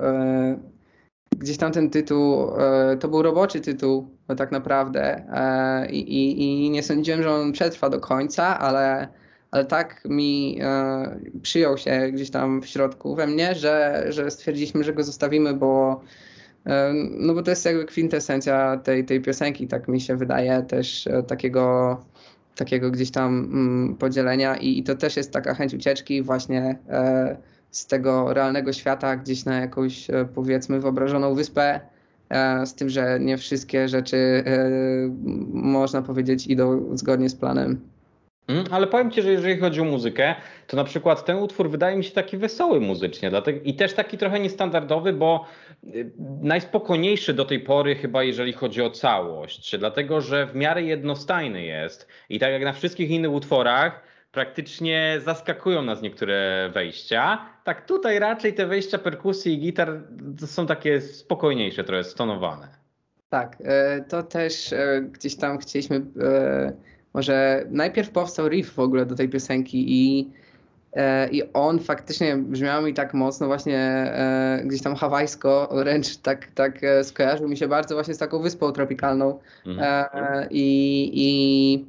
gdzieś tam ten tytuł, to był roboczy tytuł tak naprawdę i, i, i nie sądziłem, że on przetrwa do końca, ale ale tak mi e, przyjął się gdzieś tam w środku we mnie, że, że stwierdziliśmy, że go zostawimy, bo, e, no bo to jest jakby kwintesencja tej, tej piosenki, tak mi się wydaje, też e, takiego, takiego gdzieś tam mm, podzielenia i, i to też jest taka chęć ucieczki właśnie e, z tego realnego świata gdzieś na jakąś e, powiedzmy wyobrażoną wyspę, e, z tym, że nie wszystkie rzeczy e, można powiedzieć idą zgodnie z planem. Mm, ale powiem ci, że jeżeli chodzi o muzykę, to na przykład ten utwór wydaje mi się taki wesoły muzycznie dlatego, i też taki trochę niestandardowy, bo y, najspokojniejszy do tej pory chyba jeżeli chodzi o całość, dlatego że w miarę jednostajny jest i tak jak na wszystkich innych utworach praktycznie zaskakują nas niektóre wejścia, tak tutaj raczej te wejścia perkusji i gitar są takie spokojniejsze, trochę stonowane. Tak, e, to też e, gdzieś tam chcieliśmy, e, może najpierw powstał riff w ogóle do tej piosenki i, e, i on faktycznie brzmiał mi tak mocno właśnie e, gdzieś tam hawajsko, wręcz tak, tak e, skojarzył mi się bardzo właśnie z taką wyspą tropikalną. Mhm. E, i, i,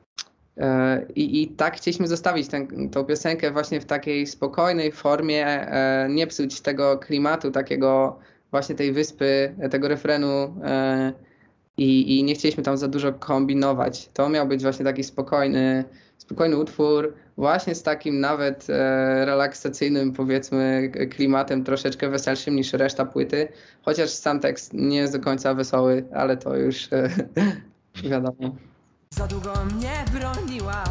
e, i, I tak chcieliśmy zostawić tę tą piosenkę właśnie w takiej spokojnej formie, e, nie psuć tego klimatu takiego właśnie tej wyspy, tego refrenu e, i, i nie chcieliśmy tam za dużo kombinować. To miał być właśnie taki spokojny, spokojny utwór, właśnie z takim nawet e, relaksacyjnym powiedzmy klimatem, troszeczkę weselszym niż reszta płyty, chociaż sam tekst nie jest do końca wesoły, ale to już e, wiadomo. Za długo mnie broniła.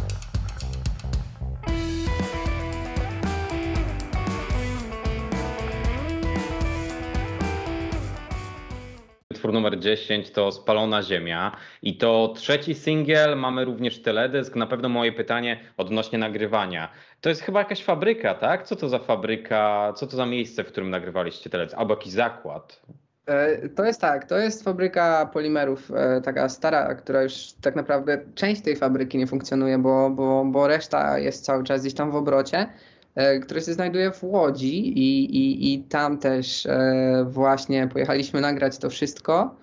Utwór numer dziesięć to Spalona Ziemia i to trzeci singiel, mamy również teledysk. Na pewno moje pytanie odnośnie nagrywania. To jest chyba jakaś fabryka, tak? Co to za fabryka, co to za miejsce, w którym nagrywaliście teledysk? Albo jakiś zakład? E, To jest tak, to jest fabryka polimerów, e, taka stara, która już tak naprawdę część tej fabryki nie funkcjonuje, bo, bo, bo reszta jest cały czas gdzieś tam w obrocie, e, który się znajduje w Łodzi i, i, i tam też e, właśnie pojechaliśmy nagrać to wszystko.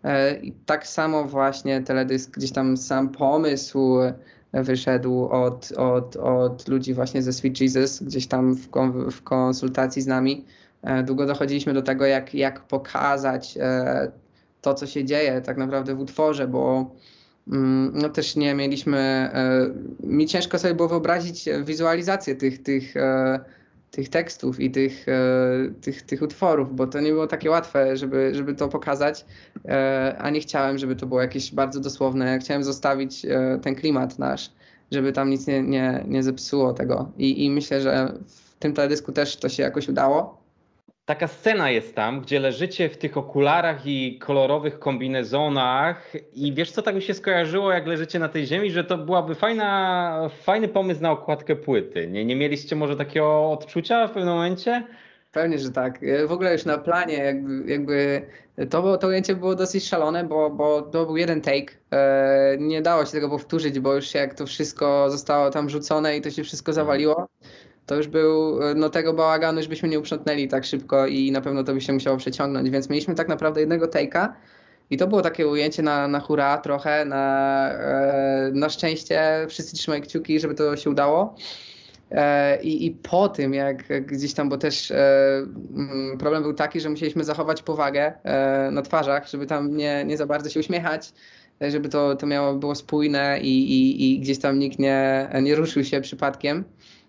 I tak samo właśnie teledysk, gdzieś tam sam pomysł wyszedł od, od, od ludzi właśnie ze Sweet Jesus, gdzieś tam w, kon, w konsultacji z nami. Długo dochodziliśmy do tego, jak, jak pokazać to, co się dzieje tak naprawdę w utworze, bo no też nie mieliśmy, mi ciężko sobie było wyobrazić wizualizację tych, tych, tych tekstów i tych, tych, tych utworów, bo to nie było takie łatwe, żeby, żeby to pokazać, a nie chciałem, żeby to było jakieś bardzo dosłowne. Chciałem zostawić ten klimat nasz, żeby tam nic nie, nie, nie zepsuło tego. I, i myślę, że w tym teledysku też to się jakoś udało. Taka scena jest tam, gdzie leżycie w tych okularach i kolorowych kombinezonach i wiesz co, tak mi się skojarzyło, jak leżycie na tej ziemi, że to byłaby fajna, fajny pomysł na okładkę płyty. Nie, nie mieliście może takiego odczucia w pewnym momencie? Pewnie, że tak. W ogóle już na planie jakby, jakby to, to ujęcie było dosyć szalone, bo, bo to był jeden take. Nie dało się tego powtórzyć, bo już jak to wszystko zostało tam rzucone i to się wszystko zawaliło, to już był, no tego bałaganu już byśmy nie uprzątnęli tak szybko i na pewno to by się musiało przeciągnąć, więc mieliśmy tak naprawdę jednego take'a i to było takie ujęcie na, na hura trochę, na, na szczęście wszyscy trzymają kciuki, żeby to się udało. I, I po tym, jak gdzieś tam, bo też problem był taki, że musieliśmy zachować powagę na twarzach, żeby tam nie, nie za bardzo się uśmiechać, żeby to, to miało, było spójne i, i, i gdzieś tam nikt nie, nie ruszył się przypadkiem.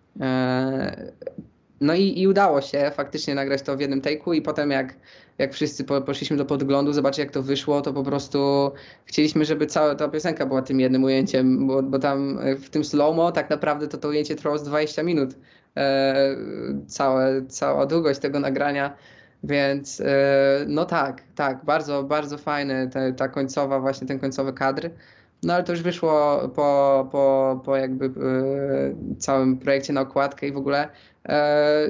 No i, i udało się faktycznie nagrać to w jednym take'u i potem jak, jak wszyscy po, poszliśmy do podglądu, zobaczyć jak to wyszło, to po prostu chcieliśmy, żeby cała ta piosenka była tym jednym ujęciem, bo, bo tam w tym slow-mo tak naprawdę to to ujęcie trwało z dwadzieścia minut, e, całe, cała długość tego nagrania, więc e, no tak, tak, bardzo, bardzo fajny te, ta końcowa, właśnie ten końcowy kadr. No ale to już wyszło po, po, po jakby y, całym projekcie na okładkę i w ogóle. E,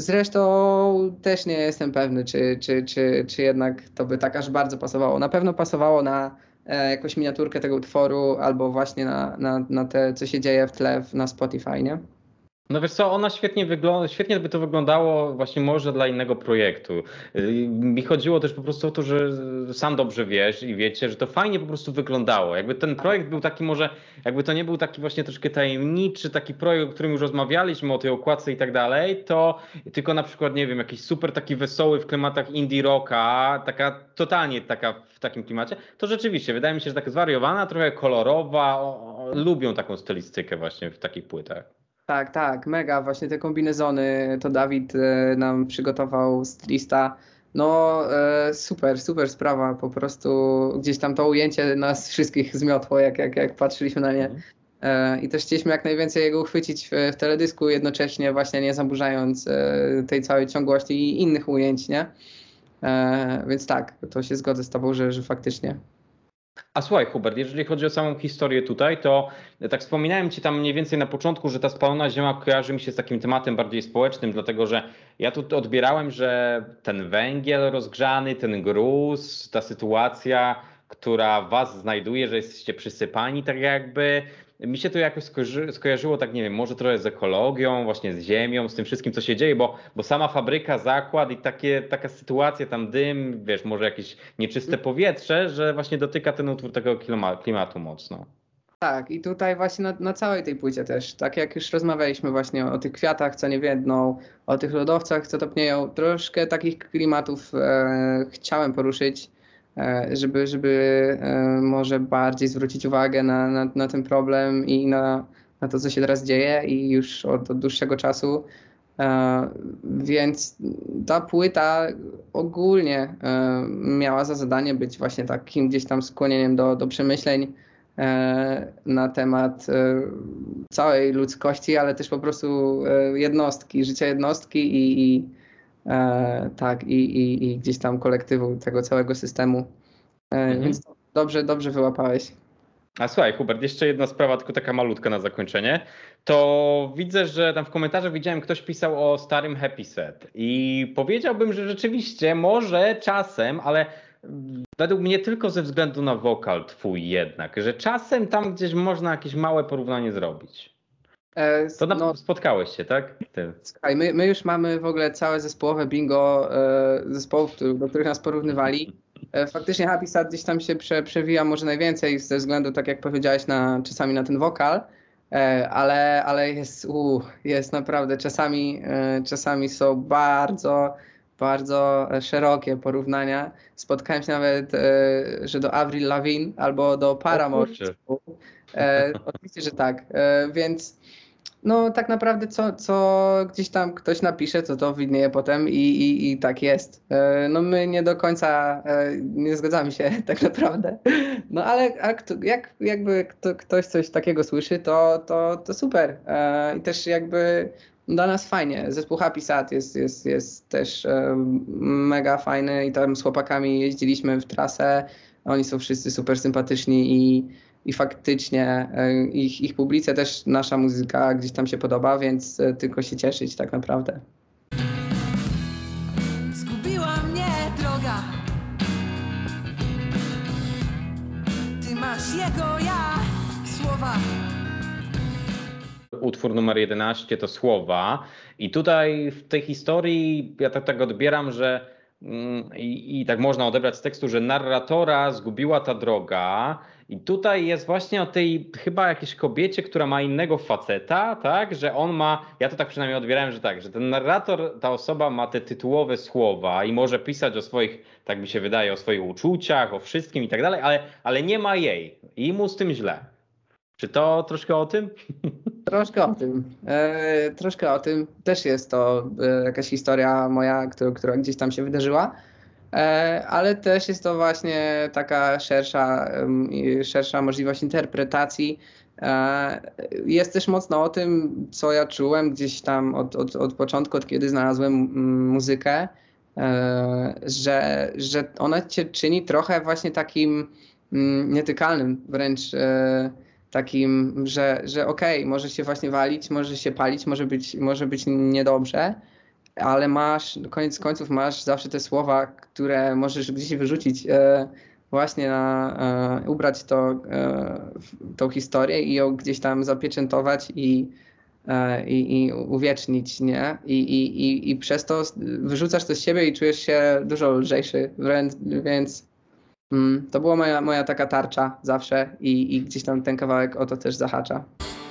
zresztą też nie jestem pewny, czy, czy, czy, czy jednak to by tak aż bardzo pasowało. Na pewno pasowało na e, jakąś miniaturkę tego utworu albo właśnie na, na, na te, co się dzieje w tle na Spotify, nie? No wiesz co, ona świetnie wygląda, świetnie by to wyglądało właśnie może dla innego projektu. Mi chodziło też po prostu o to, że sam dobrze wiesz i wiecie, że to fajnie po prostu wyglądało. Jakby ten projekt był taki może, jakby to nie był taki właśnie troszkę tajemniczy, taki projekt, o którym już rozmawialiśmy, o tej okładce i tak dalej, to tylko na przykład, nie wiem, jakiś super taki wesoły w klimatach indie rocka, taka totalnie taka w takim klimacie, to rzeczywiście wydaje mi się, że taka zwariowana, trochę kolorowa, o, o, lubią taką stylistykę właśnie w takich płytach. Tak, tak, mega. Właśnie te kombinezony to Dawid e, nam przygotował stylista. No e, super, super sprawa. Po prostu gdzieś tam to ujęcie nas wszystkich zmiotło, jak, jak, jak patrzyliśmy na nie. E, I też chcieliśmy jak najwięcej jego uchwycić w, w teledysku, jednocześnie właśnie nie zaburzając e, tej całej ciągłości i innych ujęć, nie? E, więc tak, to się zgodzę z tobą, że, że faktycznie. A słuchaj, Hubert, jeżeli chodzi o samą historię tutaj, to tak wspominałem ci tam mniej więcej na początku, że ta spalona ziemia kojarzy mi się z takim tematem bardziej społecznym, dlatego że ja tu odbierałem, że ten węgiel rozgrzany, ten gruz, ta sytuacja, która was znajduje, że jesteście przysypani tak jakby, mi się to jakoś skojarzy, skojarzyło, tak nie wiem, może trochę z ekologią, właśnie z ziemią, z tym wszystkim, co się dzieje, bo, bo sama fabryka, zakład i takie, taka sytuacja, tam dym, wiesz, może jakieś nieczyste powietrze, że właśnie dotyka ten utwór tego klimatu mocno. Tak, i tutaj właśnie na, na całej tej płycie też, tak jak już rozmawialiśmy właśnie o tych kwiatach, co nie wiedną, o tych lodowcach, co topnieją, troszkę takich klimatów e, chciałem poruszyć, e, żeby, żeby e, może bardziej zwrócić uwagę na, na, na ten problem i na, na to, co się teraz dzieje i już od, od dłuższego czasu. E, więc ta płyta ogólnie e, miała za zadanie być właśnie takim gdzieś tam skłonieniem do, do przemyśleń na temat całej ludzkości, ale też po prostu jednostki, życia jednostki i, i tak, i, i, i gdzieś tam kolektywu tego całego systemu. Mhm. Więc dobrze, dobrze wyłapałeś. A słuchaj, Hubert, jeszcze jedna sprawa, tylko taka malutka na zakończenie. To widzę, że tam w komentarzach widziałem, ktoś pisał o starym Happy Set i powiedziałbym, że rzeczywiście może czasem, ale według mnie tylko ze względu na wokal twój jednak, że czasem tam gdzieś można jakieś małe porównanie zrobić. E, To na, no, spotkałeś się, tak? Ty. słuchaj, my, my już mamy w ogóle całe zespołowe bingo e, zespołów, który- do których nas porównywali. E, faktycznie Happy Sad gdzieś tam się prze, przewija może najwięcej ze względu, tak jak powiedziałeś, na, czasami na ten wokal, e, ale, ale jest, u, jest naprawdę czasami, e, czasami są bardzo, bardzo szerokie porównania. Spotkałem się nawet, e, że do Avril Lavigne albo do Paramore. kurczę. E, oczywiście, że tak. E, więc no tak naprawdę co, co gdzieś tam ktoś napisze, to to widnieje potem i, i, i tak jest. E, no my nie do końca e, nie zgadzamy się tak naprawdę. No ale a kto, jak, jakby kto, ktoś coś takiego słyszy, to, to, to super. E, I też jakby dla nas fajnie. Zespół Happy Sad jest, jest, jest też e, mega fajny i tam z chłopakami jeździliśmy w trasę. Oni są wszyscy super sympatyczni i I faktycznie e, ich, ich publice też nasza muzyka gdzieś tam się podoba, więc e, tylko się cieszyć tak naprawdę. Zgubiła mnie droga. Ty masz jego, ja słowa. Utwór numer jedenaście to Słowa i tutaj w tej historii ja tak, tak odbieram, że mm, i, i tak można odebrać z tekstu, że narratora zgubiła ta droga i tutaj jest właśnie o tej chyba jakiejś kobiecie, która ma innego faceta, tak, że on ma, ja to tak przynajmniej odbierałem, że tak, że ten narrator, ta osoba ma te tytułowe słowa i może pisać o swoich, tak mi się wydaje, o swoich uczuciach, o wszystkim i tak dalej, ale, ale nie ma jej i mu z tym źle. Czy to troszkę o tym? Troszkę o tym. E, troszkę o tym. Też jest to e, jakaś historia moja, która, która gdzieś tam się wydarzyła. E, ale też jest to właśnie taka szersza, em, i szersza możliwość interpretacji. E, jest też mocno o tym, co ja czułem gdzieś tam od, od, od początku, od kiedy znalazłem mm, muzykę, e, że, że ona cię czyni trochę właśnie takim mm, nietykalnym wręcz. E, takim, że, że okej, okay, może się właśnie walić, może się palić, może być, może być niedobrze, ale masz, koniec końców masz zawsze te słowa, które możesz gdzieś wyrzucić e, właśnie na, e, ubrać to, e, w tą historię i ją gdzieś tam zapieczętować i, e, i, i uwiecznić, nie? I, i, i, I przez to wyrzucasz to z siebie i czujesz się dużo lżejszy wręcz, więc Mm, to była moja, moja taka tarcza zawsze i, i gdzieś tam ten kawałek o to też zahacza.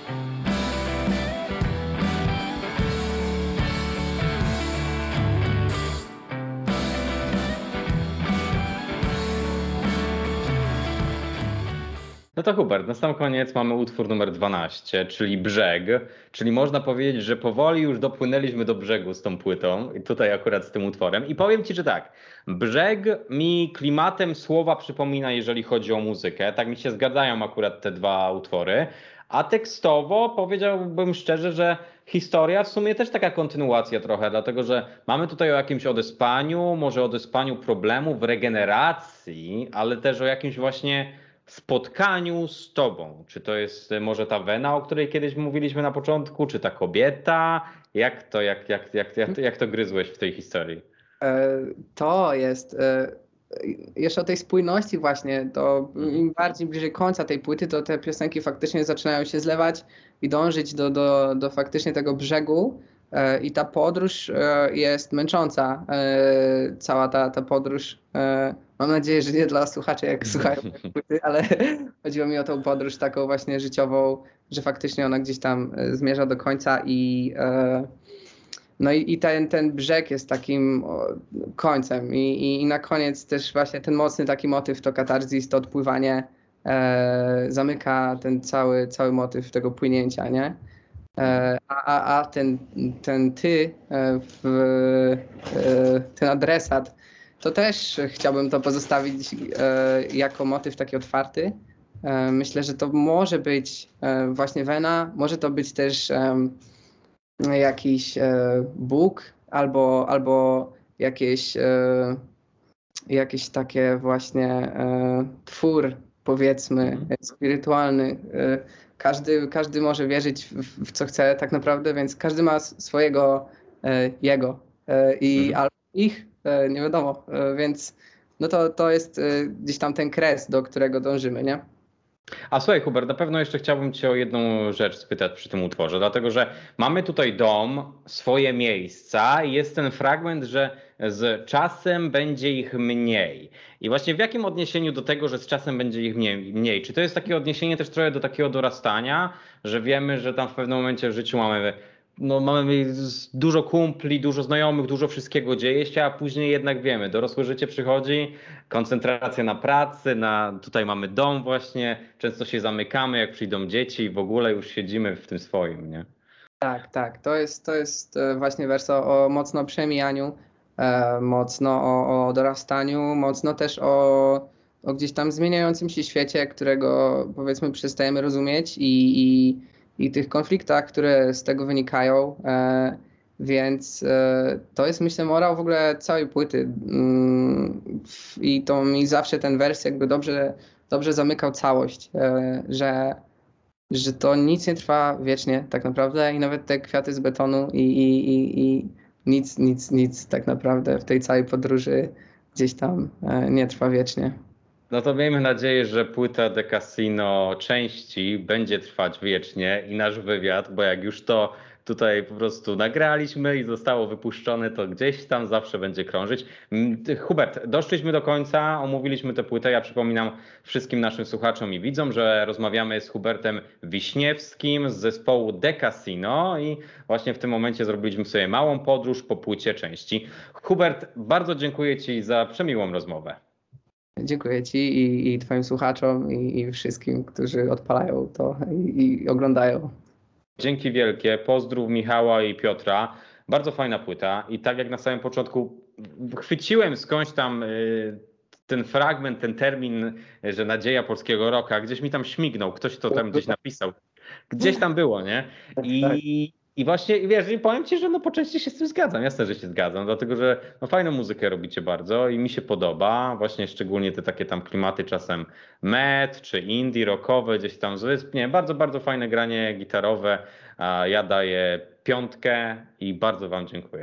No to Hubert, na sam koniec mamy utwór numer dwanaście, czyli Brzeg, czyli można powiedzieć, że powoli już dopłynęliśmy do brzegu z tą płytą i tutaj akurat z tym utworem i powiem Ci, że tak, Brzeg mi klimatem słowa przypomina, jeżeli chodzi o muzykę, tak mi się zgadzają akurat te dwa utwory, a tekstowo powiedziałbym szczerze, że historia w sumie też taka kontynuacja trochę, dlatego że mamy tutaj o jakimś odespaniu, może odespaniu problemów, regeneracji, ale też o jakimś właśnie spotkaniu z tobą. Czy to jest może ta Wena, o której kiedyś mówiliśmy na początku, czy ta kobieta? Jak to, jak, jak, jak, jak, jak to gryzłeś w tej historii? E, to jest, e, jeszcze o tej spójności właśnie, to im bardziej bliżej końca tej płyty, to te piosenki faktycznie zaczynają się zlewać i dążyć do, do, do faktycznie tego brzegu. E, I ta podróż e, jest męcząca. E, cała ta, ta podróż. E, mam nadzieję, że nie dla słuchaczy, jak słuchają tej płyty, ale chodziło mi o tą podróż taką właśnie życiową, że faktycznie ona gdzieś tam e, zmierza do końca i e, no i, i ten, ten brzeg jest takim o, końcem. I, i, I na koniec też właśnie ten mocny taki motyw, to katarzis, to odpływanie e, zamyka ten cały, cały motyw tego płynięcia, nie? E, a, a, a ten, ten ty, e, w, e, ten adresat, to też chciałbym to pozostawić e, jako motyw taki otwarty. E, myślę, że to może być e, właśnie Wena, może to być też e, jakiś e, Bóg albo, albo jakieś, e, jakieś takie właśnie e, twór, powiedzmy, spirytualny. E, każdy, każdy może wierzyć w, w co chce tak naprawdę, więc każdy ma swojego e, jego e, i Mhm. albo ich, e, nie wiadomo, e, więc no to, to jest e, gdzieś tam ten kres, do którego dążymy, nie? A słuchaj, Hubert, na pewno jeszcze chciałbym Cię o jedną rzecz spytać przy tym utworze, dlatego że mamy tutaj dom, swoje miejsca i jest ten fragment, że z czasem będzie ich mniej. I właśnie w jakim odniesieniu do tego, że z czasem będzie ich mniej? mniej? Czy to jest takie odniesienie też trochę do takiego dorastania, że wiemy, że tam w pewnym momencie w życiu mamy no mamy dużo kumpli, dużo znajomych, dużo wszystkiego dzieje się, a później jednak wiemy, dorosłe życie przychodzi, koncentracja na pracy, na, tutaj mamy dom właśnie, często się zamykamy, jak przyjdą dzieci i w ogóle już siedzimy w tym swoim, nie? Tak, tak. To jest, to jest e, właśnie wers o, o mocno przemijaniu, e, mocno o, o dorastaniu, mocno też o, o gdzieś tam zmieniającym się świecie, którego powiedzmy przestajemy rozumieć i, i, i tych konfliktach, które z tego wynikają. E, więc e, to jest myślę morał w ogóle całej płyty. Mm, I to mi zawsze ten wers jakby dobrze, dobrze zamykał całość, e, że że to nic nie trwa wiecznie tak naprawdę i nawet te kwiaty z betonu i, i, i, i nic, nic, nic tak naprawdę w tej całej podróży gdzieś tam e, nie trwa wiecznie. No to miejmy nadzieję, że płyta The Casino części będzie trwać wiecznie i nasz wywiad, bo jak już to tutaj po prostu nagraliśmy i zostało wypuszczone, to gdzieś tam zawsze będzie krążyć. Hubert, doszliśmy do końca, omówiliśmy tę płytę. Ja przypominam wszystkim naszym słuchaczom i widzom, że rozmawiamy z Hubertem Wiśniewskim z zespołu The Casino i właśnie w tym momencie zrobiliśmy sobie małą podróż po płycie części. Hubert, bardzo dziękuję Ci za przemiłą rozmowę. Dziękuję Ci i, i Twoim słuchaczom i, i wszystkim, którzy odpalają to i, i oglądają. Dzięki wielkie. Pozdrów Michała i Piotra. Bardzo fajna płyta i tak jak na samym początku chwyciłem skądś tam ten fragment, ten termin, że nadzieja polskiego rocka, gdzieś mi tam śmignął, ktoś to tam gdzieś napisał. Gdzieś tam było, nie? I, i właśnie, wiesz, i powiem Ci, że no po części się z tym zgadzam. Jasne, że się zgadzam, dlatego że no fajną muzykę robicie bardzo i mi się podoba. Właśnie szczególnie te takie tam klimaty czasem met czy indie, rockowe gdzieś tam z wysp. Nie, bardzo, bardzo fajne granie gitarowe. A ja daję piątkę i bardzo Wam dziękuję.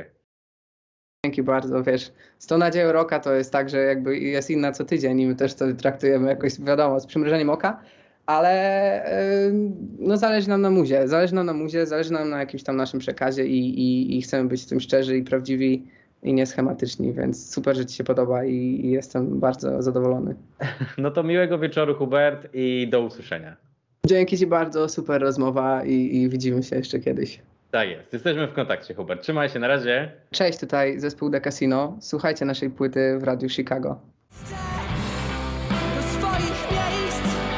Dzięki bardzo, wiesz, z tą nadzieją rocka to jest tak, że jakby jest inna co tydzień i my też to traktujemy jakoś, wiadomo, z przymrużeniem oka, ale no zależy nam na muzie, zależy nam na muzie, zależy nam na jakimś tam naszym przekazie i, i, i chcemy być w tym szczerzy i prawdziwi i nieschematyczni, więc super, że Ci się podoba i, i jestem bardzo zadowolony. No to miłego wieczoru, Hubert, i do usłyszenia. Dzięki Ci bardzo, super rozmowa i, i widzimy się jeszcze kiedyś. Tak jest, jesteśmy w kontakcie, Hubert. Trzymaj się, na razie. Cześć, tutaj zespół The Casino. Słuchajcie naszej płyty w Radiu Chicago. Do swoich miejsc